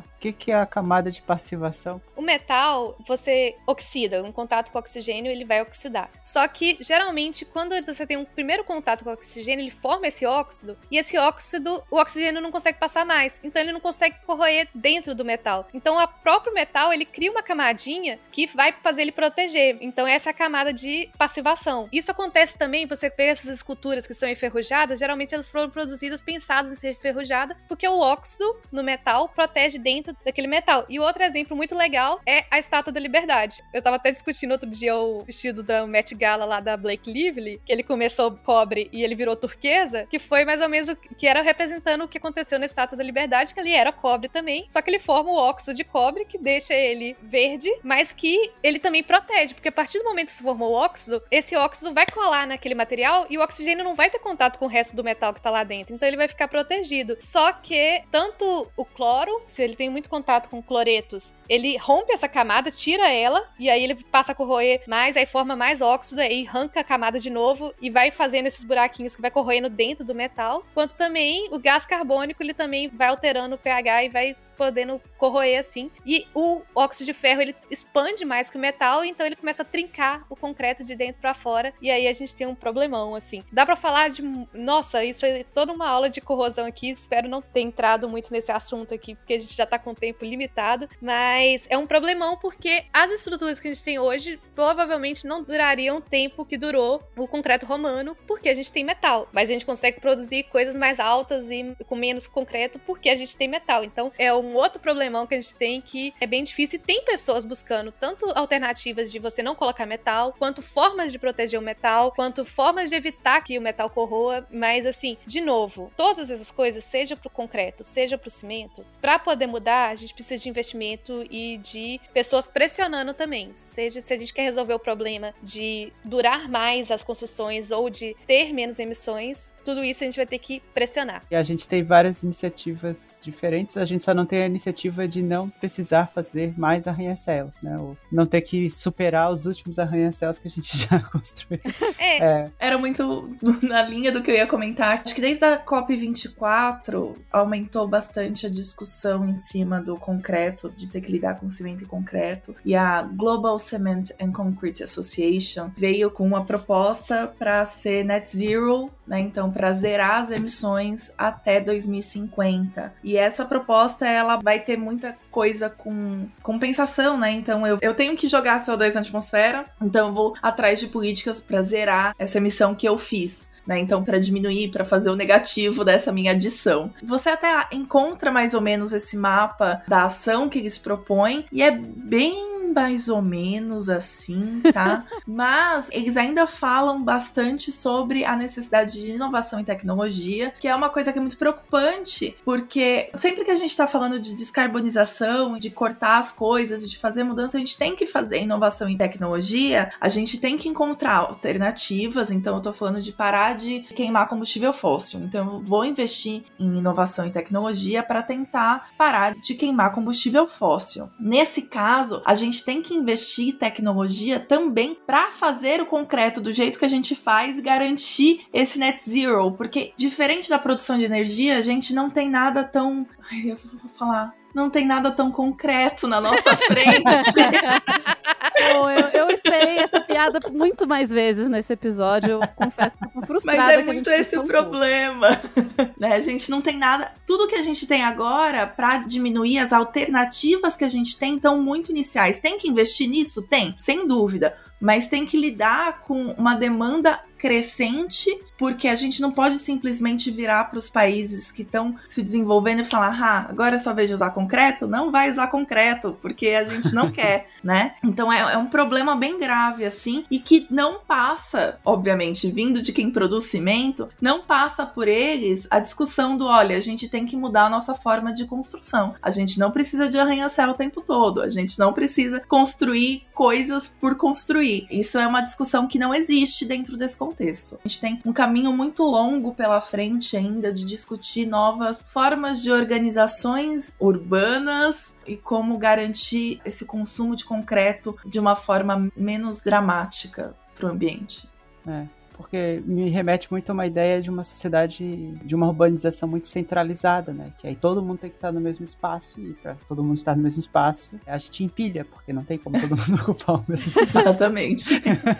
O que é a camada de passivação? O metal, você oxida. Um contato com o oxigênio, ele vai oxidar. Só que, geralmente, quando você tem um primeiro contato com o oxigênio, ele forma esse óxido. E esse óxido, o oxigênio não consegue passar mais. Então, ele não consegue corroer dentro do metal. Então, o próprio metal, ele cria uma camadinha que vai fazer ele proteger. Então, essa é a camada de passivação. Isso acontece também, você vê essas esculturas que são enferrujadas, geralmente elas foram produzidas pensadas em ser enferrujada, porque o óxido no metal protege dentro daquele metal. E outro exemplo muito legal é a Estátua da Liberdade. Eu tava até discutindo outro dia o vestido da Met Gala lá da Blake Lively, que ele começou cobre e ele virou turquesa, que foi mais ou menos o que era representando o que aconteceu na Estátua da Liberdade, que ali era cobre também, só que ele forma o óxido de cobre, que deixa ele verde, mas que ele também protege, porque a partir do momento que se formou o óxido, esse óxido vai colar naquele material e o oxigênio não vai ter contato com o resto do metal que tá lá dentro, então ele vai ficar protegido. Só que tanto o cloro, se ele tem muito contato com cloretos, ele rompe essa camada, tira ela, e aí ele passa a corroer mais, aí forma mais óxido, aí arranca a camada de novo e vai fazendo esses buraquinhos que vai corroendo dentro do metal, quanto também o gás carbônico, ele também vai alterando o pH e vai podendo corroer assim. E o óxido de ferro, ele expande mais que o metal, então ele começa a trincar o concreto de dentro pra fora, e aí a gente tem um problemão, assim. Dá pra falar de... Nossa, isso é toda uma aula de corrosão aqui, espero não ter entrado muito nesse assunto aqui, porque a gente já tá com tempo limitado, mas é um problemão porque as estruturas que a gente tem hoje provavelmente não durariam o tempo que durou o concreto romano, porque a gente tem metal, mas a gente consegue produzir coisas mais altas e com menos concreto porque a gente tem metal. Então é um outro problemão que a gente tem, que é bem difícil, e tem pessoas buscando tanto alternativas de você não colocar metal, quanto formas de proteger o metal, quanto formas de evitar que o metal corroa, mas assim, de novo, todas essas coisas, seja pro concreto, seja pro cimento, pra poder mudar, a gente precisa de investimento e de pessoas pressionando também, seja se a gente quer resolver o problema de durar mais as construções ou de ter menos emissões, tudo isso a gente vai ter que pressionar. E a gente tem várias iniciativas diferentes, a gente só não tem a iniciativa de não precisar fazer mais arranha-céus, né? Ou não ter que superar os últimos arranha-céus que a gente já construiu. Era muito na linha do que eu ia comentar. Acho que desde a COP24 aumentou bastante a discussão em cima do concreto, de ter que lidar com cimento e concreto. E a Global Cement and Concrete Association veio com uma proposta para ser net zero, né? Então, para zerar as emissões até 2050. E essa proposta, ela vai ter muita coisa com compensação, né? Então, eu tenho que jogar CO2 na atmosfera, então eu vou atrás de políticas para zerar essa emissão que eu fiz. Né? Então, para diminuir, para fazer o negativo dessa minha adição. Você até encontra mais ou menos esse mapa da ação que eles propõem, e é bem mais ou menos assim, tá? Mas eles ainda falam bastante sobre a necessidade de inovação em tecnologia, que é uma coisa que é muito preocupante, porque sempre que a gente tá falando de descarbonização, de cortar as coisas, de fazer mudança, a gente tem que fazer inovação em tecnologia, a gente tem que encontrar alternativas. Então eu tô falando de parar de queimar combustível fóssil. Então eu vou investir em inovação e tecnologia para tentar parar de queimar combustível fóssil. Nesse caso, a gente tem que investir em tecnologia também para fazer o concreto do jeito que a gente faz e garantir esse net zero, porque diferente da produção de energia, a gente não tem nada tão... eu vou falar... Não tem nada tão concreto na nossa frente. Eu esperei essa piada muito mais vezes nesse episódio. Eu confesso que eu tô frustrada. Mas é muito esse o problema. Né? A gente não tem nada. Tudo que a gente tem agora para diminuir as alternativas que a gente tem estão muito iniciais. Tem que investir nisso? Tem, sem dúvida. Mas tem que lidar com uma demanda crescente, porque a gente não pode simplesmente virar para os países que estão se desenvolvendo e falar, agora é só vez de usar concreto? Não vai usar concreto, porque a gente não quer, né? Então é um problema bem grave, assim, e que não passa, obviamente, vindo de quem produz cimento, não passa por eles a discussão do, olha, a gente tem que mudar a nossa forma de construção. A gente não precisa de arranha-céu o tempo todo, a gente não precisa construir coisas por construir. Isso é uma discussão que não existe dentro desse contexto. A gente tem um caminho muito longo pela frente ainda de discutir novas formas de organizações urbanas e como garantir esse consumo de concreto de uma forma menos dramática para o ambiente. porque me remete muito a uma ideia de uma sociedade, de uma urbanização muito centralizada, né? Que aí todo mundo tem que estar no mesmo espaço, e para todo mundo estar no mesmo espaço, a gente empilha, porque não tem como todo mundo ocupar o mesmo espaço. Exatamente.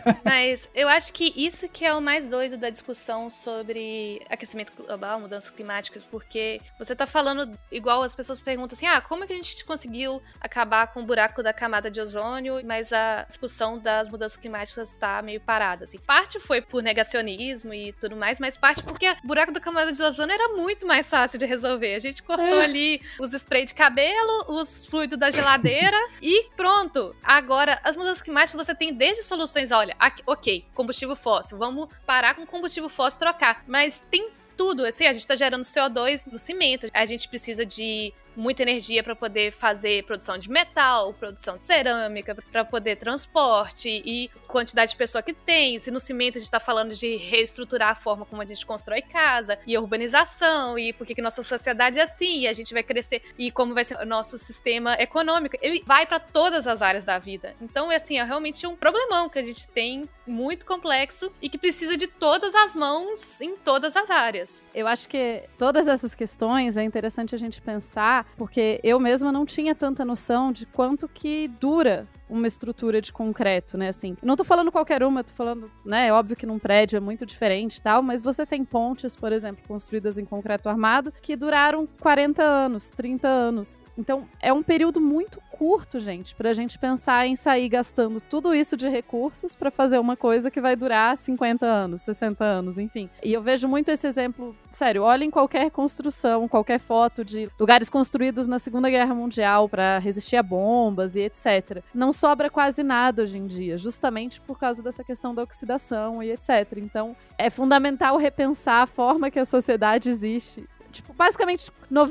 Mas eu acho que isso que é o mais doido da discussão sobre aquecimento global, mudanças climáticas, porque você tá falando, igual as pessoas perguntam assim, como é que a gente conseguiu acabar com o buraco da camada de ozônio, mas a discussão das mudanças climáticas tá meio parada, assim. Parte foi por negacionismo e tudo mais, mas parte porque o buraco da camada de ozônio era muito mais fácil de resolver. A gente cortou ali os spray de cabelo, os fluidos da geladeira e pronto. Agora, as mudanças climáticas você tem desde soluções, olha, ok, combustível fóssil, vamos parar com o combustível fóssil e trocar, mas tem tudo, assim, a gente tá gerando CO2 no cimento, a gente precisa de muita energia para poder fazer produção de metal, produção de cerâmica, para poder transporte e quantidade de pessoa que tem. Se no cimento a gente está falando de reestruturar a forma como a gente constrói casa e a urbanização e por que nossa sociedade é assim e a gente vai crescer e como vai ser o nosso sistema econômico. Ele vai para todas as áreas da vida. Então, é assim, é realmente um problemão que a gente tem muito complexo e que precisa de todas as mãos em todas as áreas. Eu acho que todas essas questões é interessante a gente pensar, porque eu mesma não tinha tanta noção de quanto que dura uma estrutura de concreto, né, assim. Não tô falando qualquer uma, tô falando, né, é óbvio que num prédio é muito diferente e tal, mas você tem pontes, por exemplo, construídas em concreto armado, que duraram 40 anos, 30 anos. Então, é um período muito curto, gente, pra gente pensar em sair gastando tudo isso de recursos pra fazer uma coisa que vai durar 50 anos, 60 anos, enfim. E eu vejo muito esse exemplo, sério, olhem qualquer construção, qualquer foto de lugares construídos na Segunda Guerra Mundial pra resistir a bombas e etc. Não sobra quase nada hoje em dia, justamente por causa dessa questão da oxidação e etc. Então, é fundamental repensar a forma que a sociedade existe. Tipo, basicamente,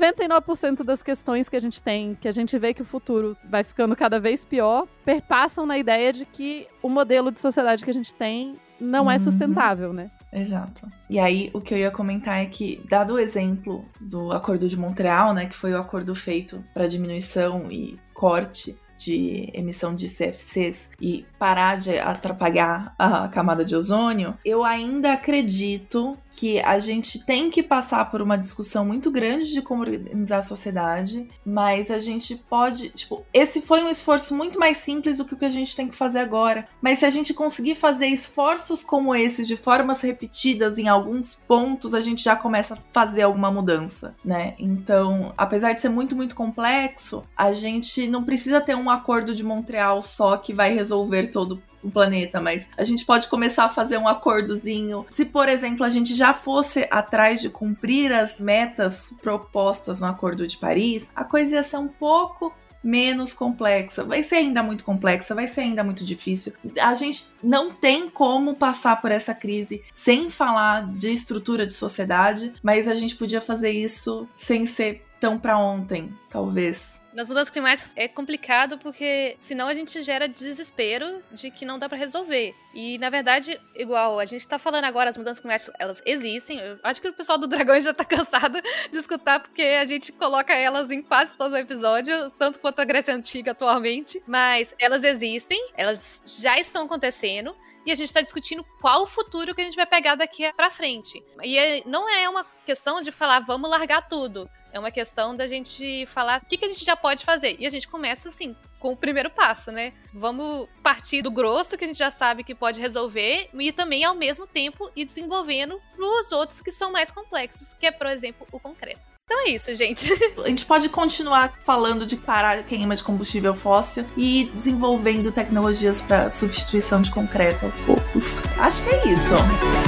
99% das questões que a gente tem, que a gente vê que o futuro vai ficando cada vez pior, perpassam na ideia de que o modelo de sociedade que a gente tem não é sustentável, né? Exato. E aí, o que eu ia comentar é que, dado o exemplo do Acordo de Montreal, né, que foi o acordo feito para diminuição e corte de emissão de CFCs e parar de atrapalhar a camada de ozônio, eu ainda acredito que a gente tem que passar por uma discussão muito grande de como organizar a sociedade, mas a gente pode, esse foi um esforço muito mais simples do que o que a gente tem que fazer agora, mas se a gente conseguir fazer esforços como esse de formas repetidas em alguns pontos, a gente já começa a fazer alguma mudança, né? Então, apesar de ser muito, muito complexo, a gente não precisa ter um acordo de Montreal só que vai resolver todo o planeta, mas a gente pode começar a fazer um acordozinho. Se, por exemplo, a gente já fosse atrás de cumprir as metas propostas no Acordo de Paris, a coisa ia ser um pouco menos complexa. Vai ser ainda muito complexa, vai ser ainda muito difícil. A gente não tem como passar por essa crise sem falar de estrutura de sociedade, mas a gente podia fazer isso sem ser tão pra ontem, talvez. Nas mudanças climáticas é complicado porque senão a gente gera desespero de que não dá pra resolver. E, na verdade, igual a gente tá falando agora, as mudanças climáticas, elas existem. Eu acho que o pessoal do Dragões já tá cansado de escutar porque a gente coloca elas em quase todo o episódio, tanto quanto a Grécia Antiga atualmente. Mas elas existem, elas já estão acontecendo. E a gente está discutindo qual o futuro que a gente vai pegar daqui pra frente. E não é uma questão de falar, vamos largar tudo. É uma questão da gente falar o que a gente já pode fazer. E a gente começa, assim, com o primeiro passo, né? Vamos partir do grosso, que a gente já sabe que pode resolver, e também, ao mesmo tempo, ir desenvolvendo os outros que são mais complexos, que é, por exemplo, o concreto. Então é isso, gente. A gente pode continuar falando de parar a queima de combustível fóssil e desenvolvendo tecnologias para substituição de concreto aos poucos. Acho que é isso.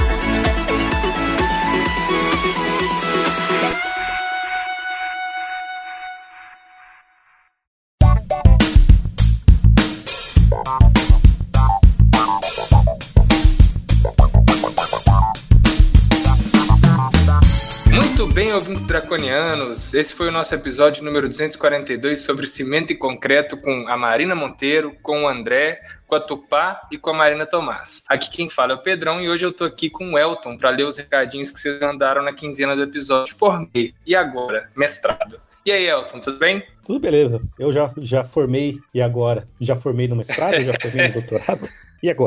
Muito bem, ouvintes draconianos, esse foi o nosso episódio número 242 sobre cimento e concreto com a Marina Monteiro, com o André, com a Tupá e com a Marina Tomás. Aqui quem fala é o Pedrão e hoje eu tô aqui com o Elton para ler os recadinhos que vocês mandaram na quinzena do episódio. Formei. E agora? Mestrado. E aí, Elton, tudo bem? Tudo beleza. Eu já formei, e agora? Já formei no mestrado, já formei no doutorado. E agora?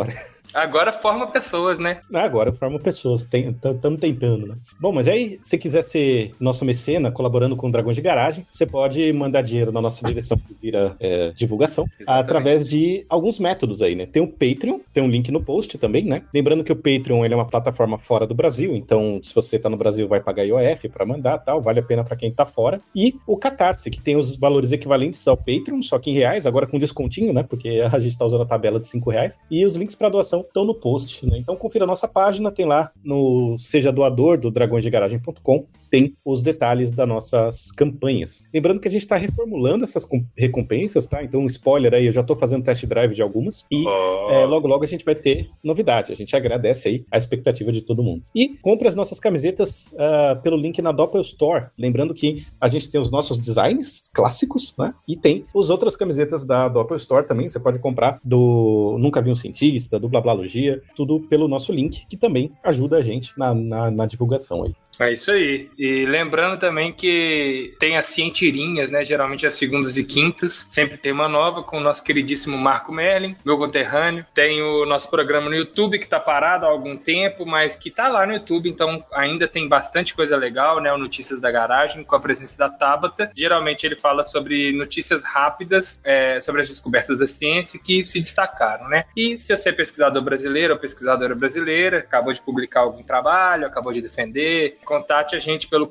Agora forma pessoas, né? Agora forma pessoas, estamos tentando, né? Bom, mas aí, se quiser ser nosso mecena, colaborando com Dragões de Garagem, você pode mandar dinheiro na nossa direção que vira divulgação, Exatamente. Através de alguns métodos aí, né? Tem o Patreon, tem um link no post também, né? Lembrando que o Patreon, ele é uma plataforma fora do Brasil, então se você tá no Brasil, vai pagar IOF para mandar, tal, vale a pena para quem tá fora. E o Catarse, que tem os valores equivalentes ao Patreon, só que em reais, agora com descontinho, né? Porque a gente tá usando a tabela de R$5. E os links para doação estão no post, né? Então confira a nossa página, tem lá no Seja Doador do dragõesdegaragem.com, tem os detalhes das nossas campanhas. Lembrando que a gente está reformulando essas recompensas, tá? Então, spoiler aí, eu já tô fazendo test drive de algumas e logo logo a gente vai ter novidade. A gente agradece aí a expectativa de todo mundo. E compre as nossas camisetas pelo link na Doppel Store. Lembrando que a gente tem os nossos designs clássicos, né? E tem as outras camisetas da Doppel Store também. Você pode comprar do Nunca Vi um Cientista, do Blablalogia, tudo pelo nosso link, que também ajuda a gente na divulgação aí. É isso aí. E lembrando também que tem as cientirinhas, né? Geralmente às segundas e quintas. Sempre tem uma nova com o nosso queridíssimo Marco Merlin, meu conterrâneo. Tem o nosso programa no YouTube, que tá parado há algum tempo, mas que tá lá no YouTube. Então ainda tem bastante coisa legal, né? O Notícias da Garagem, com a presença da Tabata. Geralmente ele fala sobre notícias rápidas, sobre as descobertas da ciência que se destacaram, né? E se você é pesquisador brasileiro ou pesquisadora brasileira, acabou de publicar algum trabalho, acabou de defender, contate a gente pelo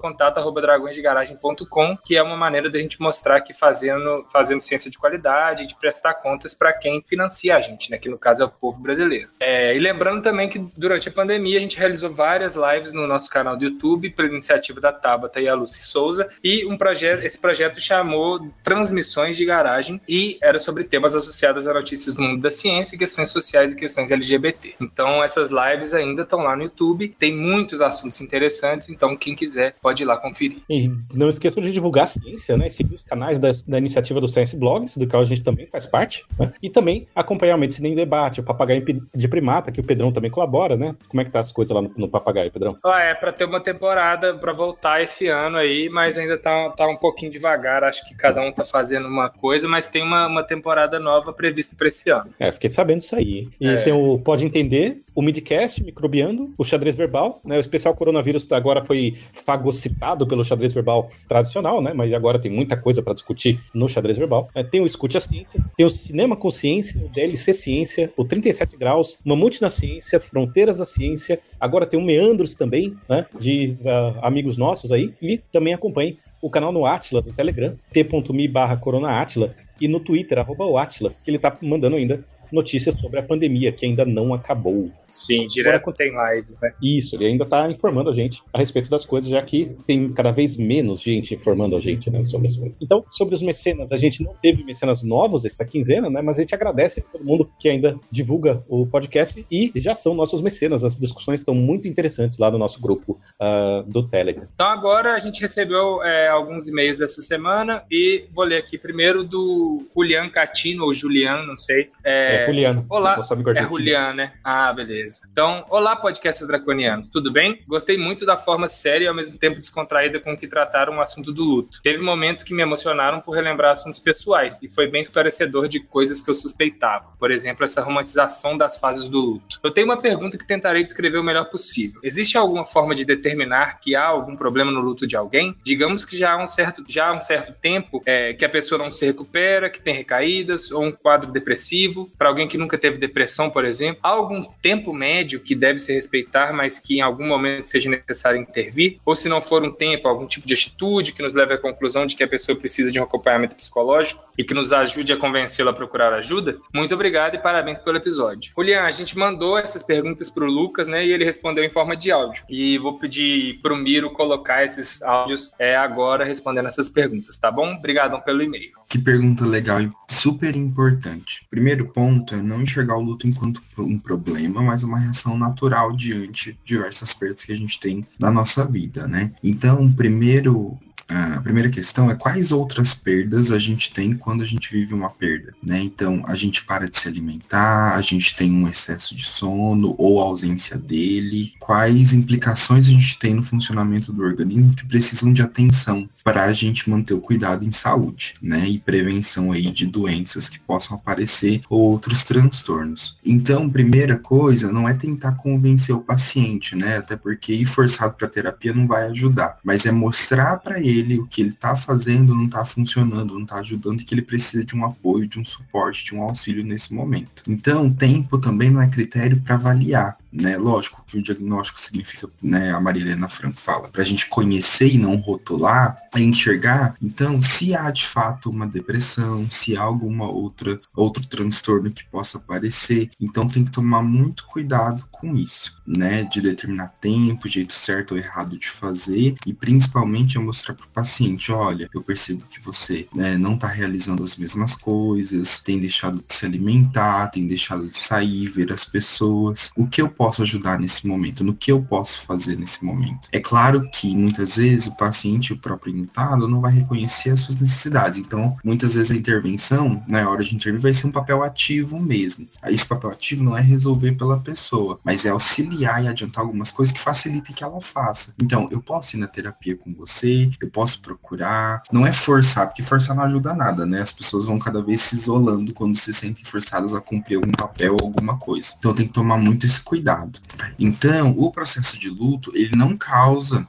contato@dragõesdegaragem.com, que é uma maneira da gente mostrar que fazendo ciência de qualidade, de prestar contas para quem financia a gente, né? Que no caso é o povo brasileiro. E lembrando também que durante a pandemia a gente realizou várias lives no nosso canal do YouTube, pela iniciativa da Tabata e a Lucy Souza, e esse projeto chamou Transmissões de Garagem e era sobre temas associados a notícias do mundo da ciência, questões sociais e questões LGBT. Então essas lives ainda estão lá no YouTube, tem muitos assuntos interessantes, então quem quiser pode ir lá conferir. E não esqueçam de divulgar a ciência, né? Seguir os canais da iniciativa do Science Blogs, do qual a gente também faz parte, né? E também acompanhar o Medicina em Debate, o Papagaio de Primata, que o Pedrão também colabora, né? Como é que tá as coisas lá no Papagaio, Pedrão? Pra ter uma temporada pra voltar esse ano aí, mas ainda tá um pouquinho devagar, acho que cada um tá fazendo uma coisa, mas tem uma temporada nova prevista pra esse ano. Fiquei sabendo isso aí. E tem o Pode Entender, o Midcast, Microbiando, o Xadrez Verbal, né? O especial Coronavírus agora foi fagocitado pelo Xadrez Verbal tradicional, né? Mas agora tem muita coisa para discutir no Xadrez Verbal. Tem o Escute a Ciência, tem o Cinema com Ciência, o DLC Ciência, o 37 Graus, Mamute na Ciência, Fronteiras da Ciência, agora tem o Meandros também, né? De amigos nossos aí, e também acompanhe o canal no Atila, do Telegram, t.me/coronaatila, e no Twitter, @oatila, que ele tá mandando ainda notícias sobre a pandemia, que ainda não acabou. Sim, direto tem lives, né? Isso, ele ainda tá informando a gente a respeito das coisas, já que tem cada vez menos gente informando a gente, né, sobre as coisas. Então, sobre os mecenas, a gente não teve mecenas novos essa quinzena, né, mas a gente agradece a todo mundo que ainda divulga o podcast e já são nossos mecenas. As discussões estão muito interessantes lá no nosso grupo do Telegram. Então agora a gente recebeu alguns e-mails essa semana e vou ler aqui primeiro do Julian Catino, ou Julian, não sei. Juliano. Olá, Julian, né? Ah, beleza. Então, olá, podcasts draconianos, tudo bem? Gostei muito da forma séria e ao mesmo tempo descontraída com que trataram o assunto do luto. Teve momentos que me emocionaram por relembrar assuntos pessoais e foi bem esclarecedor de coisas que eu suspeitava. Por exemplo, essa romantização das fases do luto. Eu tenho uma pergunta que tentarei descrever o melhor possível. Existe alguma forma de determinar que há algum problema no luto de alguém? Digamos que já há um certo tempo que a pessoa não se recupera, que tem recaídas ou um quadro depressivo. Para alguém que nunca teve depressão, por exemplo, há algum tempo médio que deve se respeitar, mas que em algum momento seja necessário intervir? Ou se não for um tempo, algum tipo de atitude que nos leve à conclusão de que a pessoa precisa de um acompanhamento psicológico e que nos ajude a convencê-la a procurar ajuda? Muito obrigado e parabéns pelo episódio. Julian, a gente mandou essas perguntas pro Lucas, né, e ele respondeu em forma de áudio. E vou pedir pro Miro colocar esses áudios agora respondendo essas perguntas, tá bom? Obrigadão pelo e-mail. Que pergunta legal e super importante. Primeiro ponto é não enxergar o luto enquanto um problema, mas uma reação natural diante de diversas perdas que a gente tem na nossa vida, né? Então, a primeira questão é quais outras perdas a gente tem quando a gente vive uma perda, né? Então, a gente para de se alimentar, a gente tem um excesso de sono ou ausência dele, quais implicações a gente tem no funcionamento do organismo que precisam de atenção, para a gente manter o cuidado em saúde, né, e prevenção aí de doenças que possam aparecer ou outros transtornos. Então, primeira coisa, não é tentar convencer o paciente, né, até porque ir forçado para terapia não vai ajudar, mas é mostrar para ele o que ele está fazendo não está funcionando, não está ajudando e que ele precisa de um apoio, de um suporte, de um auxílio nesse momento. Então, tempo também não é critério para avaliar, né? Lógico que o diagnóstico significa, né, a Maria Helena Franco fala, para a gente conhecer e não rotular, é enxergar. Então, se há de fato uma depressão, se há alguma outro transtorno que possa aparecer, então tem que tomar muito cuidado com isso, né, de determinar tempo, jeito certo ou errado de fazer, e principalmente é mostrar para o paciente, olha, eu percebo que você, né, não está realizando as mesmas coisas, tem deixado de se alimentar, tem deixado de sair, ver as pessoas, o que eu posso ajudar nesse momento, no que eu posso fazer nesse momento. É claro que muitas vezes o paciente, o próprio enlutado, não vai reconhecer as suas necessidades, então muitas vezes a intervenção, na hora de intervir, vai ser um papel ativo mesmo. Esse papel ativo não é resolver pela pessoa, mas é auxiliar e adiantar algumas coisas que facilitem que ela faça. Então, eu posso ir na terapia com você, eu posso procurar, não é forçar, porque forçar não ajuda nada, né? As pessoas vão cada vez se isolando quando se sentem forçadas a cumprir algum papel ou alguma coisa. Então, tem que tomar muito esse cuidado. Então, o processo de luto, ele não causa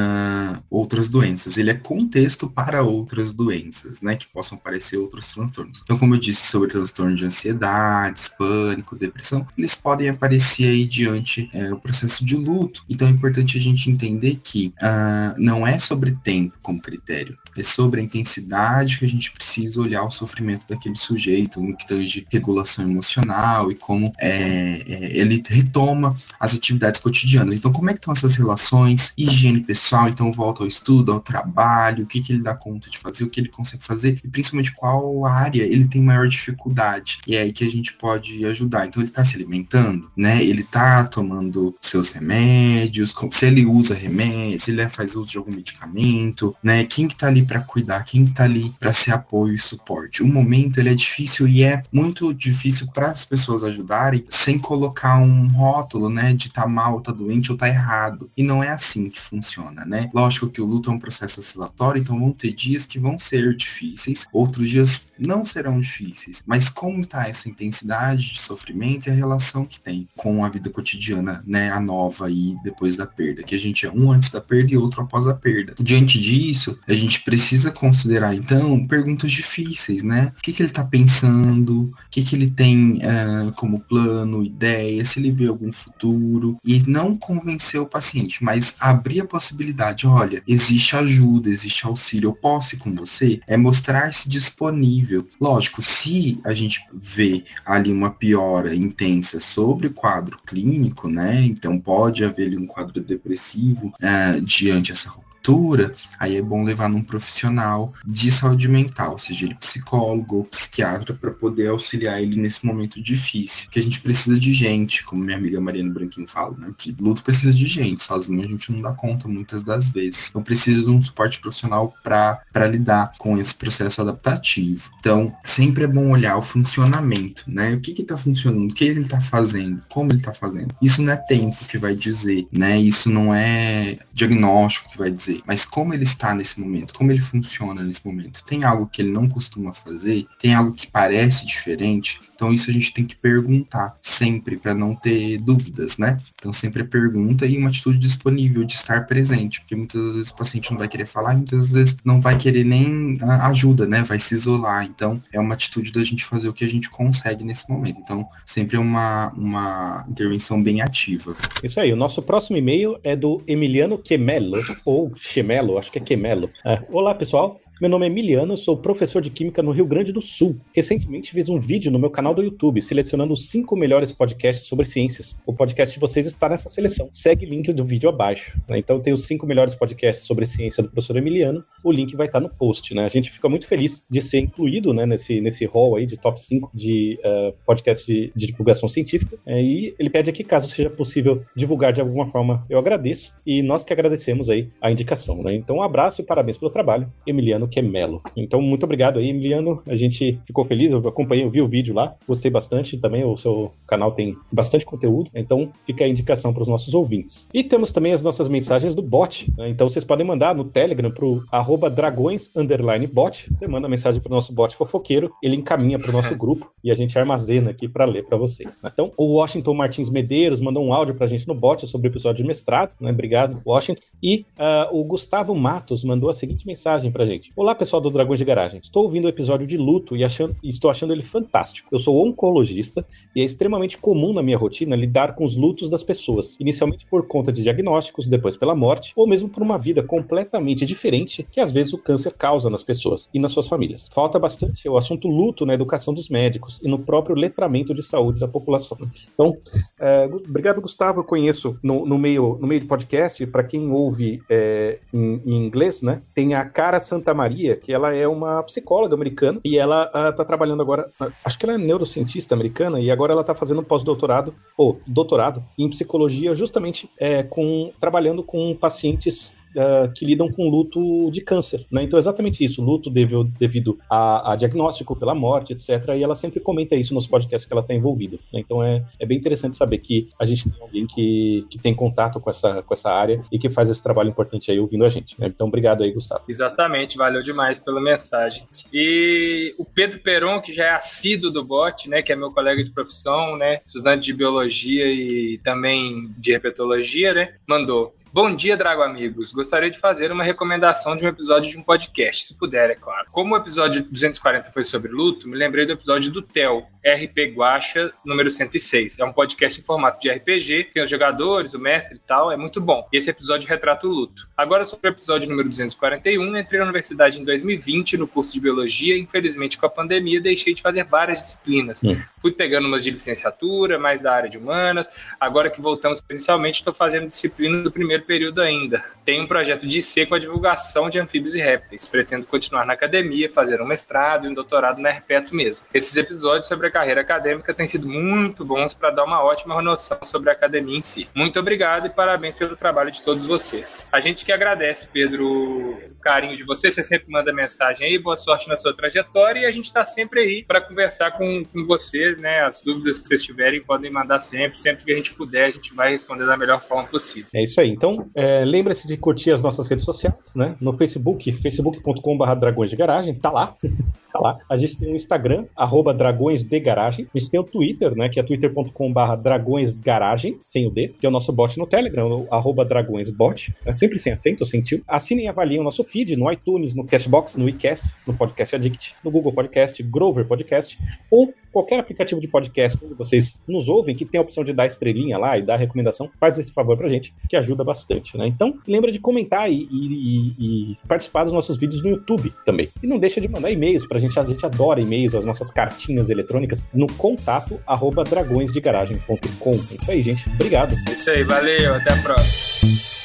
outras doenças, ele é contexto para outras doenças, né? Que possam aparecer outros transtornos. Então, como eu disse sobre transtorno de ansiedade, pânico, depressão, eles podem aparecer aí diante o processo de luto. Então é importante a gente entender que não é sobre tempo como critério, é sobre a intensidade que a gente precisa olhar o sofrimento daquele sujeito, no que tange regulação emocional e como ele retoma as atividades cotidianas. Então, como é que estão essas relações, higiene pessoal, então volta ao estudo, ao trabalho, o que ele dá conta de fazer, o que ele consegue fazer e principalmente qual área ele tem maior dificuldade. E é aí que a gente pode ajudar. Então, ele está se alimentando, né? Ele está tomando seus remédios, se ele usa remédio, se ele faz uso de algum medicamento, né? Quem que tá ali para cuidar, quem que tá ali para ser apoio e suporte. O momento, ele é difícil e é muito difícil para as pessoas ajudarem sem colocar um rótulo, né? De tá mal, tá doente ou tá errado. E não é assim que funciona, né? Lógico que o luto é um processo oscilatório, então vão ter dias que vão ser difíceis, outros dias não serão difíceis, mas como tá essa intensidade de sofrimento e a relação que tem com a vida cotidiana, né, a nova aí depois da perda, que a gente é um antes da perda e outro após a perda. Diante disso, a gente precisa considerar, então, perguntas difíceis, né? O que ele tá pensando, o que ele tem como plano, ideia, se ele vê algum futuro, e não convencer o paciente, mas abrir a possibilidade, olha, existe ajuda, existe auxílio, eu posso ir com você, é mostrar-se disponível. Lógico, se a gente vê ali uma piora intensa sobre o quadro clínico, né, então pode haver ali um quadro depressivo diante dessa ruptura, aí é bom levar num profissional de saúde mental, seja ele psicólogo ou psiquiatra, para poder auxiliar ele nesse momento difícil, que a gente precisa de gente, como minha amiga Mariana Branquinho fala, né, que luto precisa de gente, sozinho a gente não dá conta muitas das vezes, então precisa de um suporte profissional para lidar com esse processo adaptativo. Então, sempre é bom olhar o funcionamento, né, o que tá funcionando, o que ele tá fazendo, como ele tá fazendo. Isso não é tempo que vai dizer, né, isso não é diagnóstico que vai dizer, mas como ele está nesse momento, como ele funciona nesse momento. Tem algo que ele não costuma fazer? Tem algo que parece diferente? Então isso a gente tem que perguntar sempre para não ter dúvidas, né? Então sempre a pergunta e uma atitude disponível de estar presente, porque muitas vezes o paciente não vai querer falar, muitas vezes não vai querer nem ajuda, né? Vai se isolar. Então é uma atitude da gente fazer o que a gente consegue nesse momento. Então sempre é uma intervenção bem ativa. Isso aí, o nosso próximo e-mail é do Emiliano Quemelo, ou Chemelo, acho que é Quemelo. Olá, pessoal. Meu nome é Emiliano, sou professor de Química no Rio Grande do Sul. Recentemente fiz um vídeo no meu canal do YouTube, selecionando os 5 melhores podcasts sobre ciências. O podcast de vocês está nessa seleção. Segue o link do vídeo abaixo. Né? Então tem os 5 melhores podcasts sobre ciência do professor Emiliano. O link vai estar no post. Né? A gente fica muito feliz de ser incluído, né, nesse hall aí de top 5 de podcasts de divulgação científica. E ele pede aqui, caso seja possível divulgar de alguma forma, eu agradeço. E nós que agradecemos aí a indicação. Né? Então um abraço e parabéns pelo trabalho, Emiliano que é Melo. Então, muito obrigado aí, Emiliano. A gente ficou feliz, eu acompanhei, eu vi o vídeo lá, gostei bastante também, o seu canal tem bastante conteúdo, então fica a indicação para os nossos ouvintes. E temos também as nossas mensagens do bot, né? Então vocês podem mandar no Telegram pro @dragões_bot, você manda a mensagem pro nosso bot fofoqueiro, ele encaminha pro nosso grupo e a gente armazena aqui para ler para vocês, né? Então, o Washington Martins Medeiros mandou um áudio pra gente no bot sobre o episódio de mestrado, né? Obrigado, Washington. E o Gustavo Matos mandou a seguinte mensagem pra gente. Olá, pessoal do Dragões de Garagem. Estou ouvindo o episódio de luto e estou achando ele fantástico. Eu sou oncologista e é extremamente comum na minha rotina lidar com os lutos das pessoas, inicialmente por conta de diagnósticos, depois pela morte, ou mesmo por uma vida completamente diferente que às vezes o câncer causa nas pessoas e nas suas famílias. Falta bastante o assunto luto na educação dos médicos e no próprio letramento de saúde da população. Então, obrigado, Gustavo. Eu conheço no meio de podcast, para quem ouve em inglês, né? Tem a Cara Santamaria, que ela é uma psicóloga americana e ela tá trabalhando agora, acho que ela é neurocientista americana e agora ela tá fazendo um pós-doutorado ou doutorado em psicologia, justamente trabalhando com pacientes que lidam com luto de câncer, né? Então é exatamente isso, luto devido a diagnóstico pela morte, etc. E ela sempre comenta isso nos podcasts que ela está envolvida, né? Então é bem interessante saber que a gente tem alguém que tem contato com essa área e que faz esse trabalho importante aí ouvindo a gente, né? Então obrigado aí, Gustavo. Exatamente, valeu demais pela mensagem. E o Pedro Peron, que já é assíduo do bot, né? Que é meu colega de profissão, né? Estudante de biologia e também de herpetologia, né? Mandou: bom dia, Drago amigos. Gostaria de fazer uma recomendação de um episódio de um podcast, se puder, é claro. Como o episódio 240 foi sobre luto, me lembrei do episódio do Theo, RP Guacha, número 106. É um podcast em formato de RPG, tem os jogadores, o mestre e tal, é muito bom. E esse episódio retrata o luto. Agora sobre o episódio número 241, entrei na universidade em 2020 no curso de biologia e, infelizmente, com a pandemia, deixei de fazer várias disciplinas. Fui pegando umas de licenciatura, mais da área de humanas. Agora que voltamos presencialmente, estou fazendo disciplina do primeiro período ainda. Tenho um projeto de IC com a divulgação de anfíbios e répteis. Pretendo continuar na academia, fazer um mestrado e um doutorado na Herpeto mesmo. Esses episódios sobre a carreira acadêmica têm sido muito bons para dar uma ótima noção sobre a academia em si. Muito obrigado e parabéns pelo trabalho de todos vocês. A gente que agradece, Pedro, o carinho de você. Você sempre manda mensagem aí, boa sorte na sua trajetória, e a gente está sempre aí para conversar com vocês, né? As dúvidas que vocês tiverem podem mandar sempre que a gente puder, a gente vai responder da melhor forma possível. É isso aí. Então, lembre-se de curtir as nossas redes sociais, né? No Facebook, facebook.com/dragõesdegaragem, tá lá. Tá lá. A gente tem o Instagram, @dragõesdegaragem. A gente tem o Twitter, né? Que é twitter.com/dragõesgaragem, sem o D. Tem o nosso bot no Telegram, o @dragõesbot. É sempre sem acento, sem tio. Assinem e avaliem o nosso feed no iTunes, no Castbox, no iCast, no Podcast Addict, no Google Podcast, Grover Podcast, ou qualquer aplicativo de podcast onde vocês nos ouvem, que tem a opção de dar estrelinha lá e dar recomendação, faz esse favor pra gente, que ajuda bastante, né? Então, lembra de comentar e participar dos nossos vídeos no YouTube também. E não deixa de mandar e-mails pra gente adora e-mails, as nossas cartinhas eletrônicas, no contato@dragõesdegaragem.com. É isso aí, gente. Obrigado. É isso aí, valeu, até a próxima.